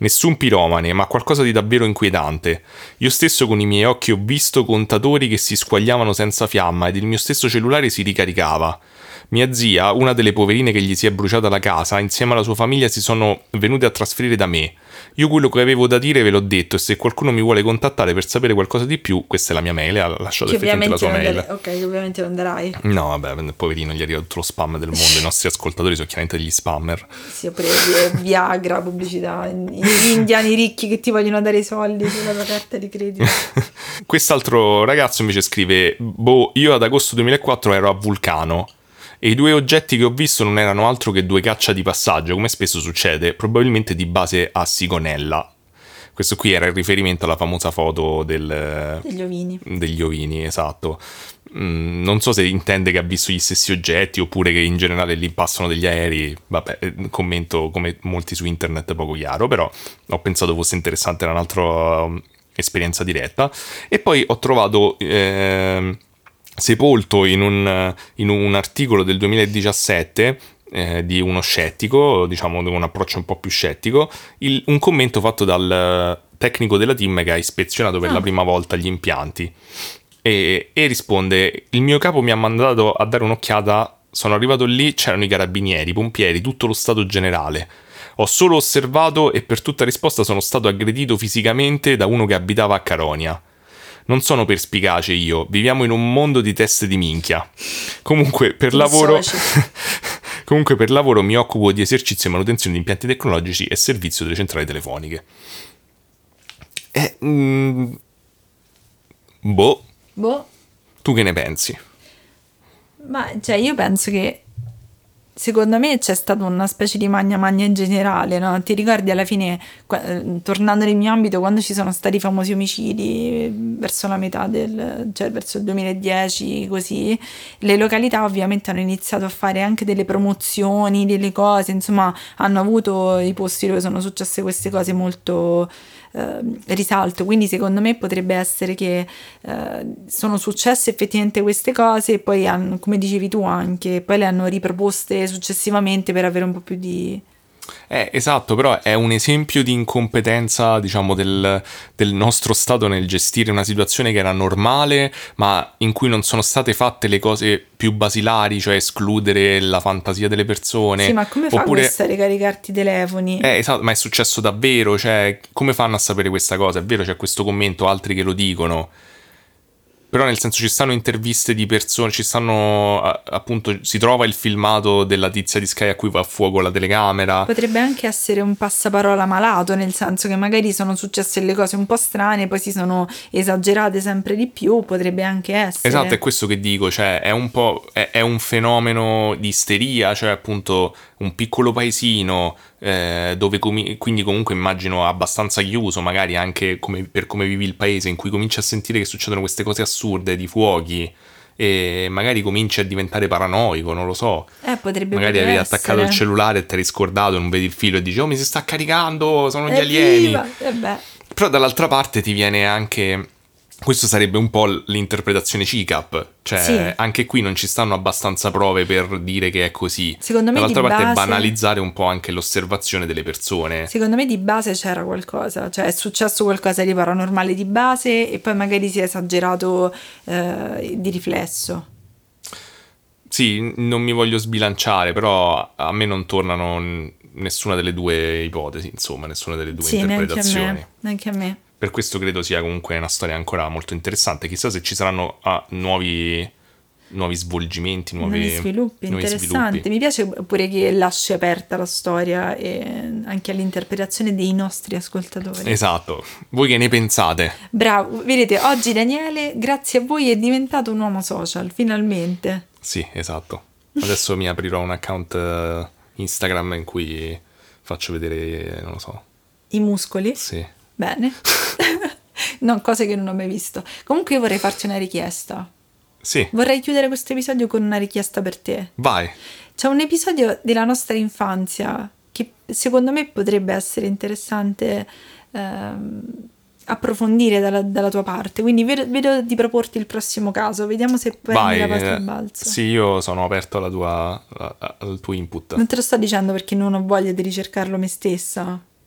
Nessun piromane, ma qualcosa di davvero inquietante. Io stesso con i miei occhi ho visto contatori che si squagliavano senza fiamma ed il mio stesso cellulare si ricaricava. Mia zia, una delle poverine che gli si è bruciata la casa, insieme alla sua famiglia si sono venute a trasferire da me. Io quello che avevo da dire ve l'ho detto e se qualcuno mi vuole contattare per sapere qualcosa di più, questa è la mia mail, ha lasciato effettivamente la sua mail. Dare, ok, che ovviamente non darai. No, vabbè, poverino, gli arriva tutto lo spam del mondo, i nostri ascoltatori sono chiaramente degli spammer. Sì, oppure Viagra, pubblicità, gli indiani ricchi che ti vogliono dare i soldi sulla tua carta di credito. Quest'altro ragazzo invece scrive, boh, io ad agosto duemilaquattro ero a Vulcano. E i due oggetti che ho visto non erano altro che due caccia di passaggio, come spesso succede, probabilmente di base a Sigonella. Questo qui era il riferimento alla famosa foto del, degli ovini. Degli ovini, esatto. Mm, non so se intende che ha visto gli stessi oggetti oppure che in generale lì passano degli aerei. Vabbè, commento come molti su internet poco chiaro, però ho pensato fosse interessante, era un'altra um, esperienza diretta. E poi ho trovato... Eh, sepolto in un, in un articolo del duemiladiciassette eh, di uno scettico, diciamo di un approccio un po' più scettico, il, un commento fatto dal tecnico della team che ha ispezionato per ah. la prima volta gli impianti e, e risponde: il mio capo mi ha mandato a dare un'occhiata, sono arrivato lì, c'erano i carabinieri, i pompieri, tutto lo stato generale. Ho solo osservato e per tutta risposta sono stato aggredito fisicamente da uno che abitava a Caronia. Non sono perspicace io, viviamo in un mondo di teste di minchia. Comunque per lavoro Comunque per lavoro mi occupo di esercizio e manutenzione di impianti tecnologici e servizio delle centrali telefoniche. Eh, mm, boh. Boh. Tu che ne pensi? Ma cioè io penso che secondo me c'è stata una specie di magna magna in generale, no? Ti ricordi alla fine, qua, tornando nel mio ambito, quando ci sono stati i famosi omicidi verso la metà del, cioè verso il duemiladieci, così, le località ovviamente hanno iniziato a fare anche delle promozioni, delle cose, insomma, hanno avuto i posti dove sono successe queste cose molto eh, risalto, quindi secondo me potrebbe essere che eh, sono successe effettivamente queste cose e poi hanno, come dicevi tu anche, poi le hanno riproposte successivamente per avere un po' più di... Eh, esatto, però è un esempio di incompetenza, diciamo, del, del nostro Stato nel gestire una situazione che era normale, ma in cui non sono state fatte le cose più basilari, cioè escludere la fantasia delle persone. Sì, ma come fa Oppure... questo a ricaricarti i telefoni? Eh, esatto, ma è successo davvero, cioè, come fanno a sapere questa cosa? È vero, c'è questo commento, altri che lo dicono. Però nel senso ci stanno interviste di persone, ci stanno appunto, si trova il filmato della tizia di Sky a cui va a fuoco la telecamera. Potrebbe anche essere un passaparola malato, nel senso che magari sono successe le cose un po' strane, poi si sono esagerate sempre di più, potrebbe anche essere. Esatto, è questo che dico, cioè è un po', è, è un fenomeno di isteria, cioè appunto un piccolo paesino eh, dove com- quindi comunque immagino abbastanza chiuso, magari anche come, per come vivi il paese, in cui cominci a sentire che succedono queste cose assurde, di fuochi, e magari cominci a diventare paranoico, non lo so. Eh, potrebbe magari avevi essere. attaccato il cellulare e ti eri scordato, non vedi il filo e dici oh mi si sta caricando, sono gli Evviva! alieni. Eh beh. Però dall'altra parte ti viene anche... Questo sarebbe un po' l'interpretazione C I C A P, cioè sì. Anche qui non ci stanno abbastanza prove per dire che è così. Secondo me dall'altra di parte base... è banalizzare un po' anche l'osservazione delle persone. Secondo me di base c'era qualcosa, cioè è successo qualcosa di paranormale di base e poi magari si è esagerato eh, di riflesso. Sì, non mi voglio sbilanciare, però a me non tornano nessuna delle due ipotesi, insomma, nessuna delle due sì, interpretazioni. Neanche a me, neanche a me. Per questo credo sia comunque una storia ancora molto interessante. Chissà se ci saranno ah, nuovi, nuovi svolgimenti, nuovi, nuovi sviluppi. Nuovi interessante. Sviluppi. Mi piace pure che lasci aperta la storia e anche all'interpretazione dei nostri ascoltatori. Esatto. Voi che ne pensate? Bravo. Vedete, oggi Daniele, grazie a voi, è diventato un uomo social, finalmente. Sì, esatto. Adesso mi aprirò un account Instagram in cui faccio vedere, non lo so. I muscoli? Sì. Bene. No, cose che non ho mai visto. Comunque io vorrei farti una richiesta. Sì. Vorrei chiudere questo episodio con una richiesta per te. Vai. C'è un episodio della nostra infanzia che secondo me potrebbe essere interessante ehm, approfondire dalla, dalla tua parte. Quindi vedo, vedo di proporti il prossimo caso. Vediamo se prendi la palla al balzo. Sì, io sono aperto alla tua, al tuo input. Non te lo sto dicendo perché non ho voglia di ricercarlo me stessa.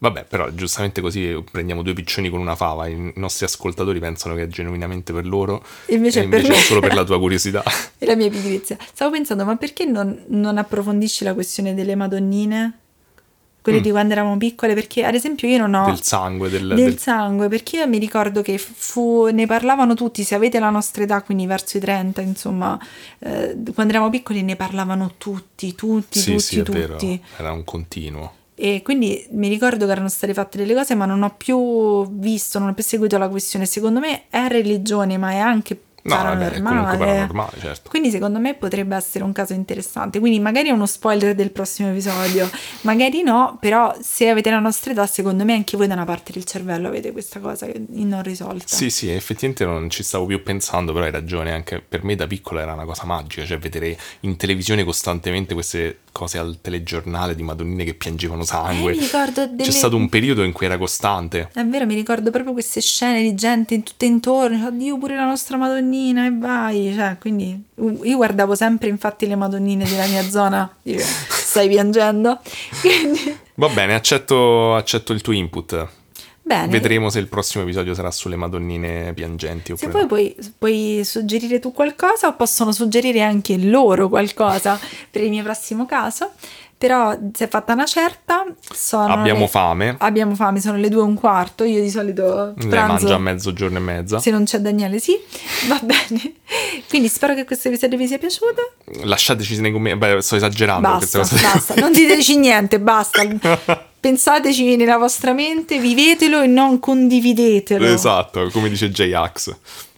Vabbè, però giustamente così prendiamo due piccioni con una fava. I nostri ascoltatori pensano che è genuinamente per loro, invece, e invece per è solo per la tua curiosità. E la mia pigrizia. Stavo pensando, ma perché non, non approfondisci la questione delle madonnine? Quelle mm. di quando eravamo piccole? Perché ad esempio io non ho... Del sangue. Del, del, del... sangue, perché io mi ricordo che fu, ne parlavano tutti, se avete la nostra età, quindi verso i trenta, insomma, eh, quando eravamo piccoli ne parlavano tutti, tutti, sì, tutti, sì, è tutti. Vero. Era un continuo. E quindi mi ricordo che erano state fatte delle cose, ma non ho più visto, non ho più seguito la questione. Secondo me è religione, ma è anche no, paranormale. Vabbè, è comunque paranormale, certo. Quindi secondo me potrebbe essere un caso interessante. Quindi magari è uno spoiler del prossimo episodio, magari no, però se avete la nostra età, secondo me anche voi da una parte del cervello avete questa cosa non risolta. Sì, sì, effettivamente non ci stavo più pensando, però hai ragione, anche per me da piccola era una cosa magica, cioè vedere in televisione costantemente queste cose al telegiornale di madonnine che piangevano sangue. Eh, mi ricordo delle... C'è stato un periodo in cui era costante. È vero, mi ricordo proprio queste scene di gente in tutte intorno, oddio pure la nostra madonnina e vai, cioè, quindi io guardavo sempre infatti le madonnine della mia zona, io, stai piangendo? Quindi... Va bene, accetto, accetto il tuo input. Bene. Vedremo se il prossimo episodio sarà sulle madonnine piangenti. Se poi puoi, puoi suggerire tu qualcosa o possono suggerire anche loro qualcosa per il mio prossimo caso. Però si è fatta una certa, sono abbiamo le... fame. Abbiamo fame, sono le due e un quarto, io di solito pranzo. Lei mangia a mezzogiorno e mezza. Se non c'è Daniele, sì, va bene. Quindi spero che questo episodio vi sia piaciuto. Lasciateci nei commenti, beh, sto esagerando. Basta, basta, non diteci niente, basta. Pensateci nella vostra mente, vivetelo e non condividetelo. Esatto, come dice J-Ax.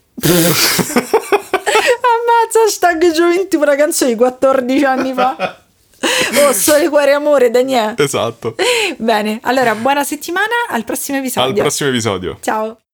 Ammazza, hashtag gioventù, una canzone di quattordici anni fa. Oh, sole, cuore, amore, Daniele. Esatto. Bene, allora buona settimana, al prossimo episodio. Al prossimo episodio. Ciao.